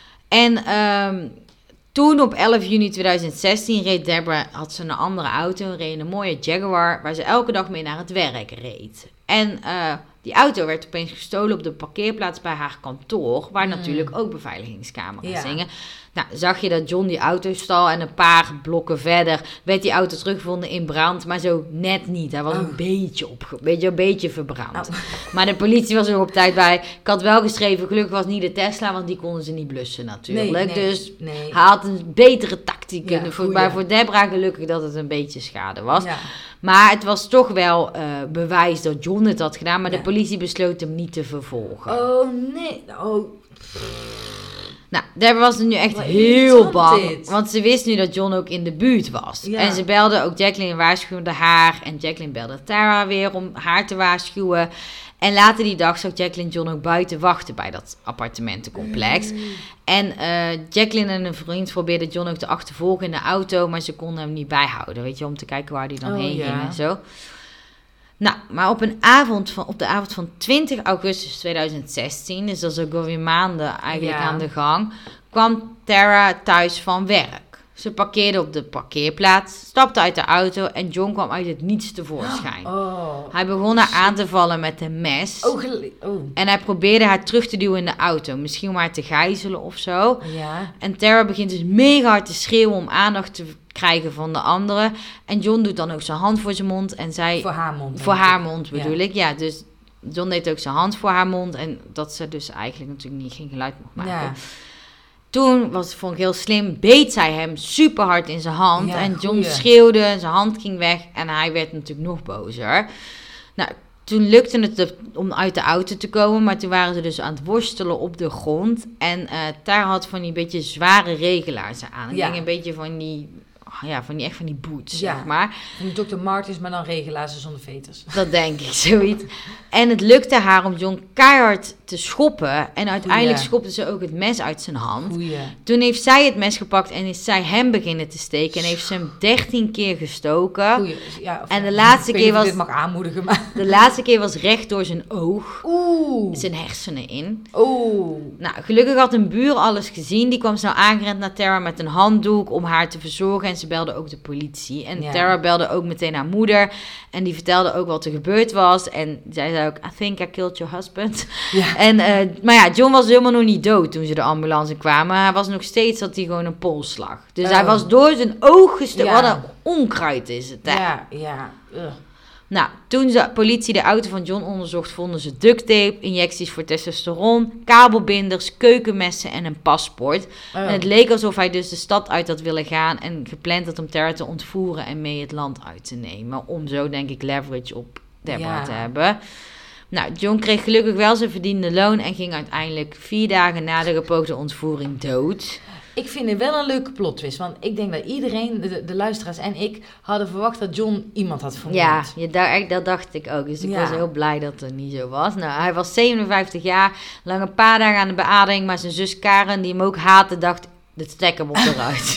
En um, toen op elf juni twintig zestien reed Deborah, had ze een andere auto, reed een mooie Jaguar, waar ze elke dag mee naar het werk reed. En uh, die auto werd opeens gestolen op de parkeerplaats bij haar kantoor, waar Mm. natuurlijk ook beveiligingscamera's Ja. hingen. Nou, zag je dat John die auto stal en een paar blokken verder werd die auto teruggevonden in brand, maar zo net niet. Hij was Oh. een beetje opge, beetje, een beetje verbrand. Oh. Maar de politie was er op tijd bij. Ik had wel geschreven, gelukkig was het niet de Tesla, want die konden ze niet blussen natuurlijk. Nee, nee, dus nee. hij had een betere tactiek Ja, kunnen voor, goeie. maar voor Deborah gelukkig dat het een beetje schade was. Ja. Maar het was toch wel uh, bewijs dat John het had gedaan, maar Ja. de politie besloot hem niet te vervolgen. Oh, nee. Oh, Nou, Deborah was er nu echt Wat heel irritant bang, dit. want ze wist nu dat John ook in de buurt was. Ja. En ze belde ook Jacqueline en waarschuwde haar. En Jacqueline belde Tara weer om haar te waarschuwen. En later die dag zag Jacqueline John ook buiten wachten bij dat appartementencomplex. Mm. En uh, Jacqueline en een vriend probeerden John ook te achtervolgen in de auto, maar ze konden hem niet bijhouden, weet je, om te kijken waar hij dan Oh, heen ja. ging en zo. Nou, maar op een avond van, op de avond van twintig augustus twintig zestien, dus dat is ook alweer maanden eigenlijk Ja. aan de gang, kwam Tara thuis van werk. Ze parkeerde op de parkeerplaats, stapte uit de auto en John kwam uit het niets tevoorschijn. Oh. Hij begon haar aan te vallen met een mes. Oh, gele- oh. En hij probeerde haar terug te duwen in de auto. Misschien om haar te gijzelen of zo. Ja. En Tara begint dus mega hard te schreeuwen om aandacht te krijgen van de anderen. En John doet dan ook zijn hand voor zijn mond. En zij, Voor haar mond. voor denk haar ik. mond Ja. bedoel ik. Ja, dus John deed ook zijn hand voor haar mond. En dat ze dus eigenlijk natuurlijk niet geen geluid mocht maken. Ja. Toen, was het vond ik heel slim, beet zij hem super hard in zijn hand. Ja, en John goeie. schreeuwde, zijn hand ging weg en hij werd natuurlijk nog bozer. Nou, toen lukte het de- om uit de auto te komen, maar toen waren ze dus aan het worstelen op de grond. En eh Tara had van die beetje zware regelaars aan. Ik Ja. denk een beetje van die, ja, van die echt van die boots, Ja. zeg maar. En dokter Martens, maar dan regelaars zonder veters. Dat denk ik, zoiets. En het lukte haar om John keihard te schoppen. En uiteindelijk Goeie. schopte ze ook het mes uit zijn hand. Goeie. Toen heeft zij het mes gepakt en is zij hem beginnen te steken. En heeft ze hem dertien keer gestoken. Goeie. Ja, of- En de laatste ik weet keer niet of was- ik dit mag aanmoedigen, maar... De laatste keer was recht door zijn oog. Oeh. Zijn hersenen in. Oeh. Nou, gelukkig had een buur alles gezien. Die kwam snel aangerend naar Tara met een handdoek om haar te verzorgen. En ze belde ook de politie. En Ja. Tara belde ook meteen haar moeder. En die vertelde ook wat er gebeurd was. En zij zei ook, I think I killed your husband. Ja. En, eh, maar ja, John was helemaal nog niet dood toen ze de ambulance kwamen. Hij was nog steeds, had hij gewoon een polsslag. Dus Oh. hij was door zijn oog gestoken. Ja. Wat een onkruid is het, hè? Ja, ja. Ugh. Nou, toen de politie de auto van John onderzocht, vonden ze duct tape, injecties voor testosteron, kabelbinders, keukenmessen en een paspoort. Oh. En het leek alsof hij dus de stad uit had willen gaan en gepland had om Tara te ontvoeren en mee het land uit te nemen. Om zo, denk ik, leverage op Deborah Ja. te hebben. Nou, John kreeg gelukkig wel zijn verdiende loon en ging uiteindelijk vier dagen na de gepoogde ontvoering dood. Ik vind het wel een leuke plot twist. Want ik denk dat iedereen, de, de luisteraars en ik, hadden verwacht dat John iemand had vermoord. Ja, je, daar, echt- dat dacht ik ook. Dus ik Ja. was heel blij dat het niet zo was. Nou, hij was zevenenvijftig jaar, lang een paar dagen aan de beademing. Maar zijn zus Karen, die hem ook haatte, dacht, dit stek hem op eruit.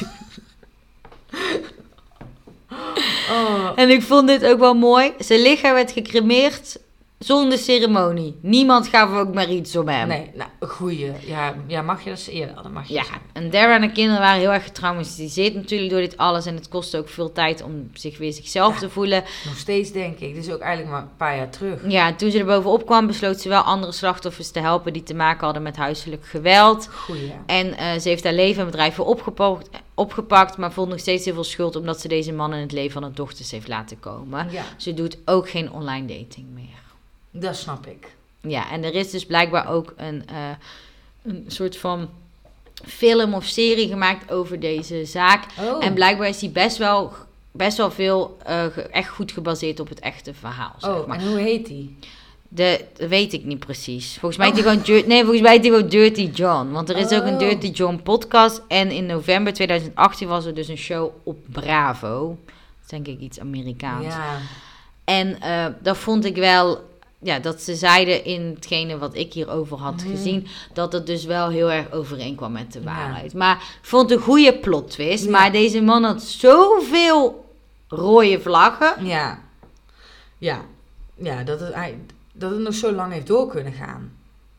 Oh. En ik vond dit ook wel mooi. Zijn lichaam werd gecremeerd zonder ceremonie. Niemand gaf ook maar iets om hem. Nee, nou, goeie. Ja, ja, mag je dat zeggen? Ja, dat mag je Ja, zeggen. en Dara en de kinderen waren heel erg getraumatiseerd natuurlijk door dit alles. En het kostte ook veel tijd om zich weer zichzelf Ja. te voelen. Nog steeds denk ik. Dit is ook eigenlijk maar een paar jaar terug. Ja, toen ze er bovenop kwam, besloot ze wel andere slachtoffers te helpen die te maken hadden met huiselijk geweld. Goeie. En eh, ze heeft haar leven en bedrijf weer opgepakt, opgepakt, maar voelt nog steeds heel veel schuld omdat ze deze man in het leven van haar dochters heeft laten komen. Ja, Ze doet ook geen online dating meer. dat snap ik. Ja, en er is dus blijkbaar ook een, eh, een soort van film of serie gemaakt over deze zaak. Oh. En blijkbaar is die best wel, best wel veel eh, ge- echt goed gebaseerd op het echte verhaal. Zeg Oh, maar. en hoe heet die? De, dat weet ik niet precies. Volgens mij heet die gewoon, Dir- nee, volgens mij heet die gewoon Dirty John. Want er is ook een Oh. Dirty John podcast. En in november tweeduizend achttien was er dus een show op Bravo. Dat is denk ik iets Amerikaans. Ja. En eh, dat vond ik wel, ja, dat ze zeiden in hetgene wat ik hierover had Mhm. gezien, dat het dus wel heel erg overeenkwam met de Ja. waarheid. Maar ik vond het een goede plot twist. Ja. Maar deze man had zoveel rode vlaggen. Ja. Ja. Ja, dat het, hij, dat het nog zo lang heeft door kunnen gaan.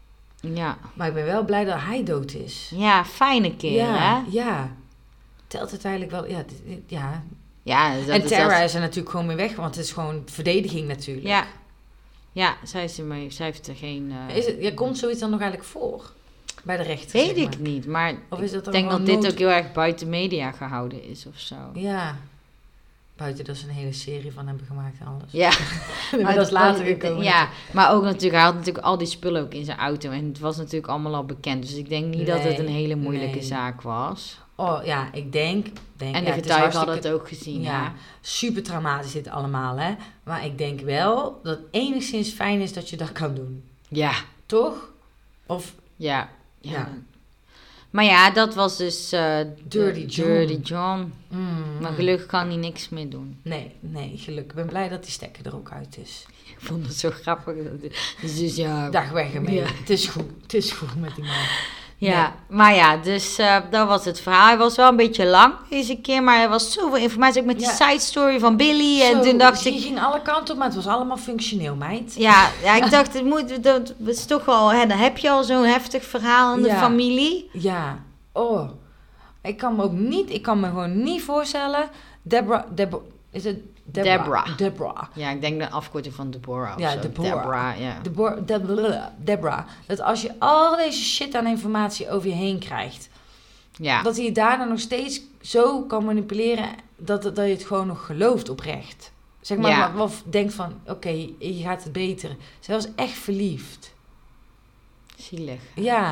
Ja, Maar ik ben wel blij dat hij dood is. ja fijne keer, ja, hè? ja. Telt het eigenlijk wel, ja. dit- dit- ja. Ja, dat En is Tara dat- is er natuurlijk gewoon mee weg, want het is gewoon verdediging natuurlijk. Ja, ja zij, is er mee, zij heeft er geen... eh, Is het, ja, komt zoiets dan nog eigenlijk voor? Bij de rechter, weet zeg ik maar. niet, maar Of is dat ik dan denk dat gewoon dit nood- ook heel erg buiten media gehouden is of zo. Ja. Buiten dat ze een hele serie van hebben gemaakt en alles. Ja, maar dat is later het- gekomen. Ja, maar ook natuurlijk, hij had natuurlijk al die spullen ook in zijn auto en het was natuurlijk allemaal al bekend. Dus ik denk niet dat het Nee, een hele moeilijke nee. zaak was. Oh ja, ik denk... denk En de ja, het is getuigen hadden hartstikke- het ook gezien, Ja, ja. super traumatisch dit allemaal, hè. Maar ik denk wel dat het enigszins fijn is dat je dat kan doen. Ja, Toch? Of... ja. ja. Ja. Maar ja, dat was dus eh, Dirty de- John. Dirty John. Mm, Maar gelukkig kan hij niks meer doen. Nee, nee, gelukkig. Ik ben blij dat die stekker er ook uit is. Ik vond het zo grappig. Dus, dus ja, Dag weg ermee. Ja. Het is goed. Het is goed met die man. ja, maar ja, dus eh, dat was het verhaal. Hij was wel een beetje lang deze keer, maar er was zoveel informatie. Ook met die Ja. side story van Billy. En Zo, toen dacht die ik, ging alle kanten op, maar het was allemaal functioneel, meid. ja, ja, ik dacht, het moet, dat is toch wel, hè, dan heb je al zo'n heftig verhaal in de Ja. familie. Ja. Oh. Ik kan me ook niet, ik kan me gewoon niet voorstellen. Deborah, Deborah, is het Deborah? Deborah. Deborah. Ja, ik denk de afkorting van Deborah of Ja, zo. Deborah. Deborah, ja. Deborah, Deborah, Deborah. Dat als je al deze shit aan informatie over je heen krijgt, Ja, dat hij je daarna nog steeds zo kan manipuleren dat, dat je het gewoon nog gelooft oprecht. Zeg maar, Ja. maar of denkt van, oké, je gaat het beter. Zij was echt verliefd. zielig. Ja,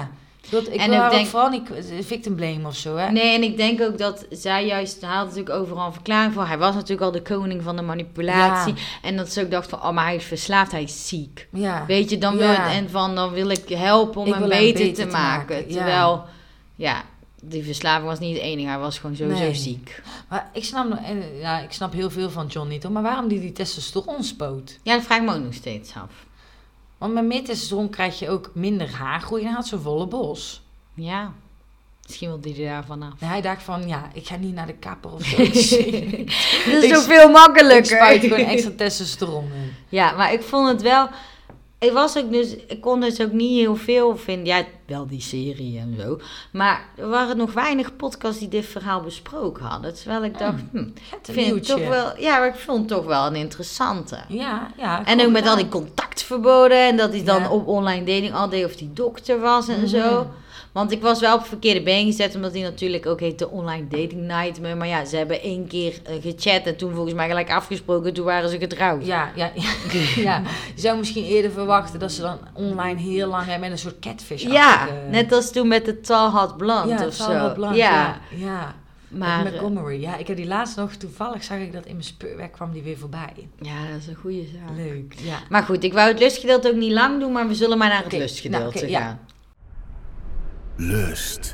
Dat, ik En wil ik haar denk- ook vooral niet victim blame of zo, hè? Nee, en ik denk ook dat zij juist, hij had natuurlijk overal een verklaring voor. Hij was natuurlijk al de koning van de manipulatie. Ja. En dat ze ook dacht van, oh, maar hij is verslaafd, hij is ziek. Ja. Weet je, dan wil, Ja. en van, dan wil ik helpen om Ik hem wil hem beter, beter te te maken. maken, ja. Terwijl, ja, die verslaving was niet het enige. Hij was gewoon sowieso Nee. ziek. Maar ik snap, nog- en, ja, ik snap heel veel van John niet, hoor. Maar waarom die die testosteron spoot? Ja, dat vraag ik me ook nog steeds af. Want met meer testosteron krijg je ook minder haargroei en hij had zo'n volle bos. Ja, misschien wil die er daarvan af. En hij dacht van, ja, ik ga niet naar de kapper of zo. Ik Dat is Ik- zoveel makkelijker. ik spuit gewoon extra testosteron in. Ja, maar ik vond het wel... Ik was ook dus... Ik kon dus ook niet heel veel vinden. Ja, wel die serie en zo. Maar er waren nog weinig podcasts die dit verhaal besproken hadden. Terwijl ik dacht... Hm, Het ik een vind het nieuwtje. toch wel... Ja, maar ik vond het toch wel een interessante. Ja, ja. En ook met al die contactverboden. En dat hij dan Ja. op online dating al deed of die dokter was en Mhm. zo. Want ik was wel op het verkeerde been gezet. Omdat hij natuurlijk ook heet de online dating nightmare. Maar ja, ze hebben één keer eh, gechat. En toen volgens mij gelijk afgesproken. Toen waren ze getrouwd. Ja, ja, ja, ja. Je zou misschien eerder verwachten dat ze dan online heel lang hebben met een soort catfish. Ja, net als toen met de Tall Hot Blonde ja, of zo. Tall Hot Blonde, ja. ja, ja. Maar Met eh, Montgomery. Ja, ik heb die laatst nog toevallig zag ik dat in mijn speurwerk kwam die weer voorbij. ja, dat is een goede zaak. Leuk, ja. Maar goed, ik wou het lustgedeelte ook niet lang doen, maar we zullen maar naar het Oké, lustgedeelte nou, oké, ja. gaan. Lust.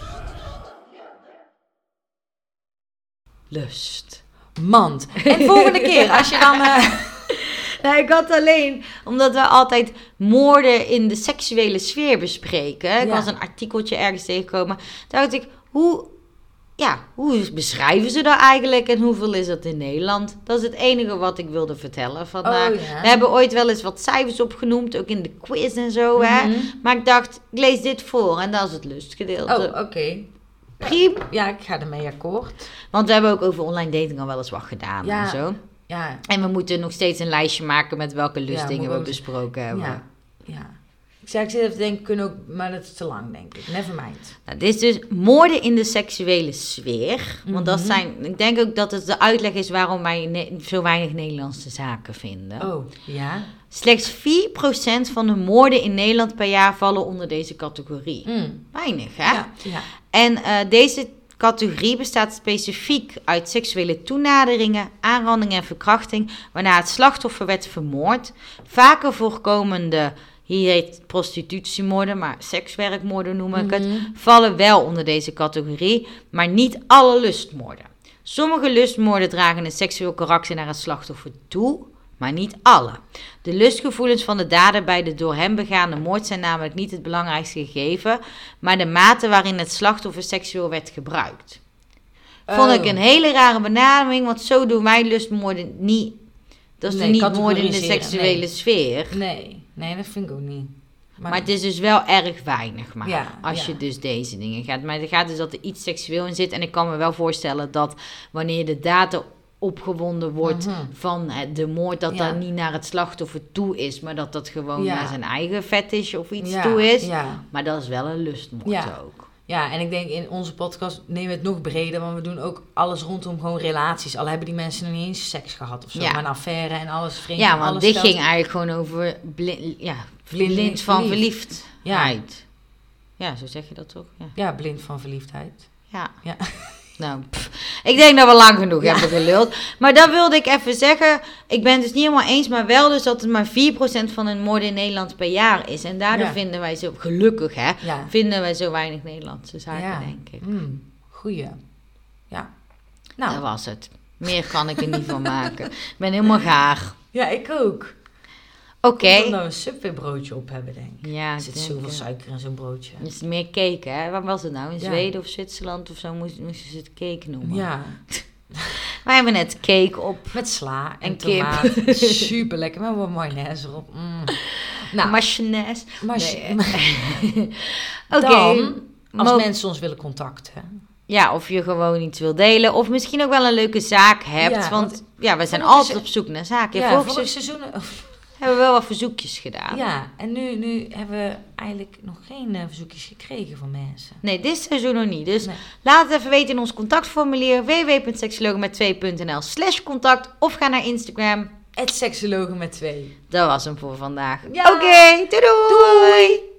Lust. Mand. En volgende keer, als je dan... eh, Nou, ik had alleen, omdat we altijd moorden in de seksuele sfeer bespreken. Ik Ja. was een artikeltje ergens tegengekomen. Toen dacht ik, hoe, ja, hoe beschrijven ze dat eigenlijk en hoeveel is dat in Nederland? Dat is het enige wat ik wilde vertellen vandaag. Oh, ja. We hebben ooit wel eens wat cijfers opgenoemd, ook in de quiz en zo. Hè? Mhm. Maar ik dacht, ik lees dit voor en dat is het lustgedeelte. Oh, oké. Prima. Ja, ik ga ermee akkoord. Want we hebben ook over online dating al wel eens wat gedaan Ja. en zo. Ja, En we moeten nog steeds een lijstje maken met welke lustdingen moeten we we- besproken hebben. ja, ja. Ik zei, ik zit even te denken, kunnen ook, maar dat is te lang, denk ik. Never mind. Nou, dit is dus moorden in de seksuele sfeer. Want dat Mhm. zijn, ik denk ook dat het de uitleg is waarom wij ne- zo weinig Nederlandse zaken vinden. Oh, ja. Slechts vier procent van de moorden in Nederland per jaar vallen onder deze categorie. Mm. Weinig, hè? Ja, ja. En eh, deze categorie bestaat specifiek uit seksuele toenaderingen, aanranding en verkrachting, waarna het slachtoffer werd vermoord. Vaker voorkomende, hier heet het prostitutiemoorden, maar sekswerkmoorden noem ik het, Mhm. vallen wel onder deze categorie, maar niet alle lustmoorden. Sommige lustmoorden dragen een seksueel karakter naar het slachtoffer toe, maar niet alle. De lustgevoelens van de dader bij de door hem begaande moord zijn namelijk niet het belangrijkste gegeven, maar de mate waarin het slachtoffer seksueel werd gebruikt. Vond Oh. ik een hele rare benaming, want zo doen wij lustmoorden niet. Dat is Nee, niet moorden in de categoriseren, seksuele nee. sfeer. Nee, nee, dat vind ik ook niet. Maar het is dus wel erg weinig, maar Ja, als ja. je dus deze dingen gaat. Maar het gaat dus dat er iets seksueel in zit. En ik kan me wel voorstellen dat wanneer de dader opgewonden wordt Mhm. van het- de moord, dat Ja. dat niet naar het slachtoffer toe is, maar dat dat gewoon Ja. naar zijn eigen fetish of iets Ja, toe is. Ja. Maar dat is wel een lustmoord Ja. ook. Ja, en ik denk in onze podcast nemen we het nog breder, want we doen ook alles rondom gewoon relaties. Al hebben die mensen nog niet eens seks gehad of zo, Ja. maar een affaire en alles vreemd. Ja, en want alles dit stelt- ging eigenlijk gewoon over blind, ja, Blind blind van verliefd. verliefdheid. Ja, zo zeg je dat toch? Ja. Ja, blind van verliefdheid. Ja. Ja. Nou, pff, ik denk dat we lang genoeg Ja. hebben geluld. Maar dat wilde ik even zeggen. Ik ben het dus niet helemaal eens, maar wel dus dat het maar vier procent van de moorden in Nederland per jaar is. En daardoor Ja. vinden wij zo, gelukkig hè, Ja. vinden wij zo weinig Nederlandse zaken, Ja. denk ik. Mm, goeie. Ja. Nou, Dat was het. Meer kan ik er niet van maken. Ik ben helemaal gaar. ja, ik ook. Oké. Omdat we een Subway broodje op hebben, denk ik. Ja, Er ik zit denk, zoveel eh, suiker in zo'n broodje. Het is meer cake, hè? Waar was het nou? In Ja. Zweden of Zwitserland of zo moesten moesten ze het cake noemen. Ja, Wij hebben net cake op. met sla en, En kip. tomaat. Super lekker, met wat mayonaise erop. Mm. Nou, Mayonaise. maar Nee. Oké. dan, als Mo- mensen ons willen contacten. Ja, of je gewoon iets wil delen. Of misschien ook wel een leuke zaak hebt. Ja, want, want ja, we zijn vorige altijd se- op zoek naar zaken. Ja, Ja, vorig vorig seizoen seizoen. hebben we wel wat verzoekjes gedaan. Ja, en nu, nu hebben we eigenlijk nog geen eh, verzoekjes gekregen van mensen. Nee, dit seizoen nog niet. Dus Nee. laat het even weten in ons contactformulier. w w w punt seksologen met twee punt n l slash contact. Of ga naar Instagram. Het seksologen met twee. Dat was hem voor vandaag. Ja. Oké, doei doei! Doei!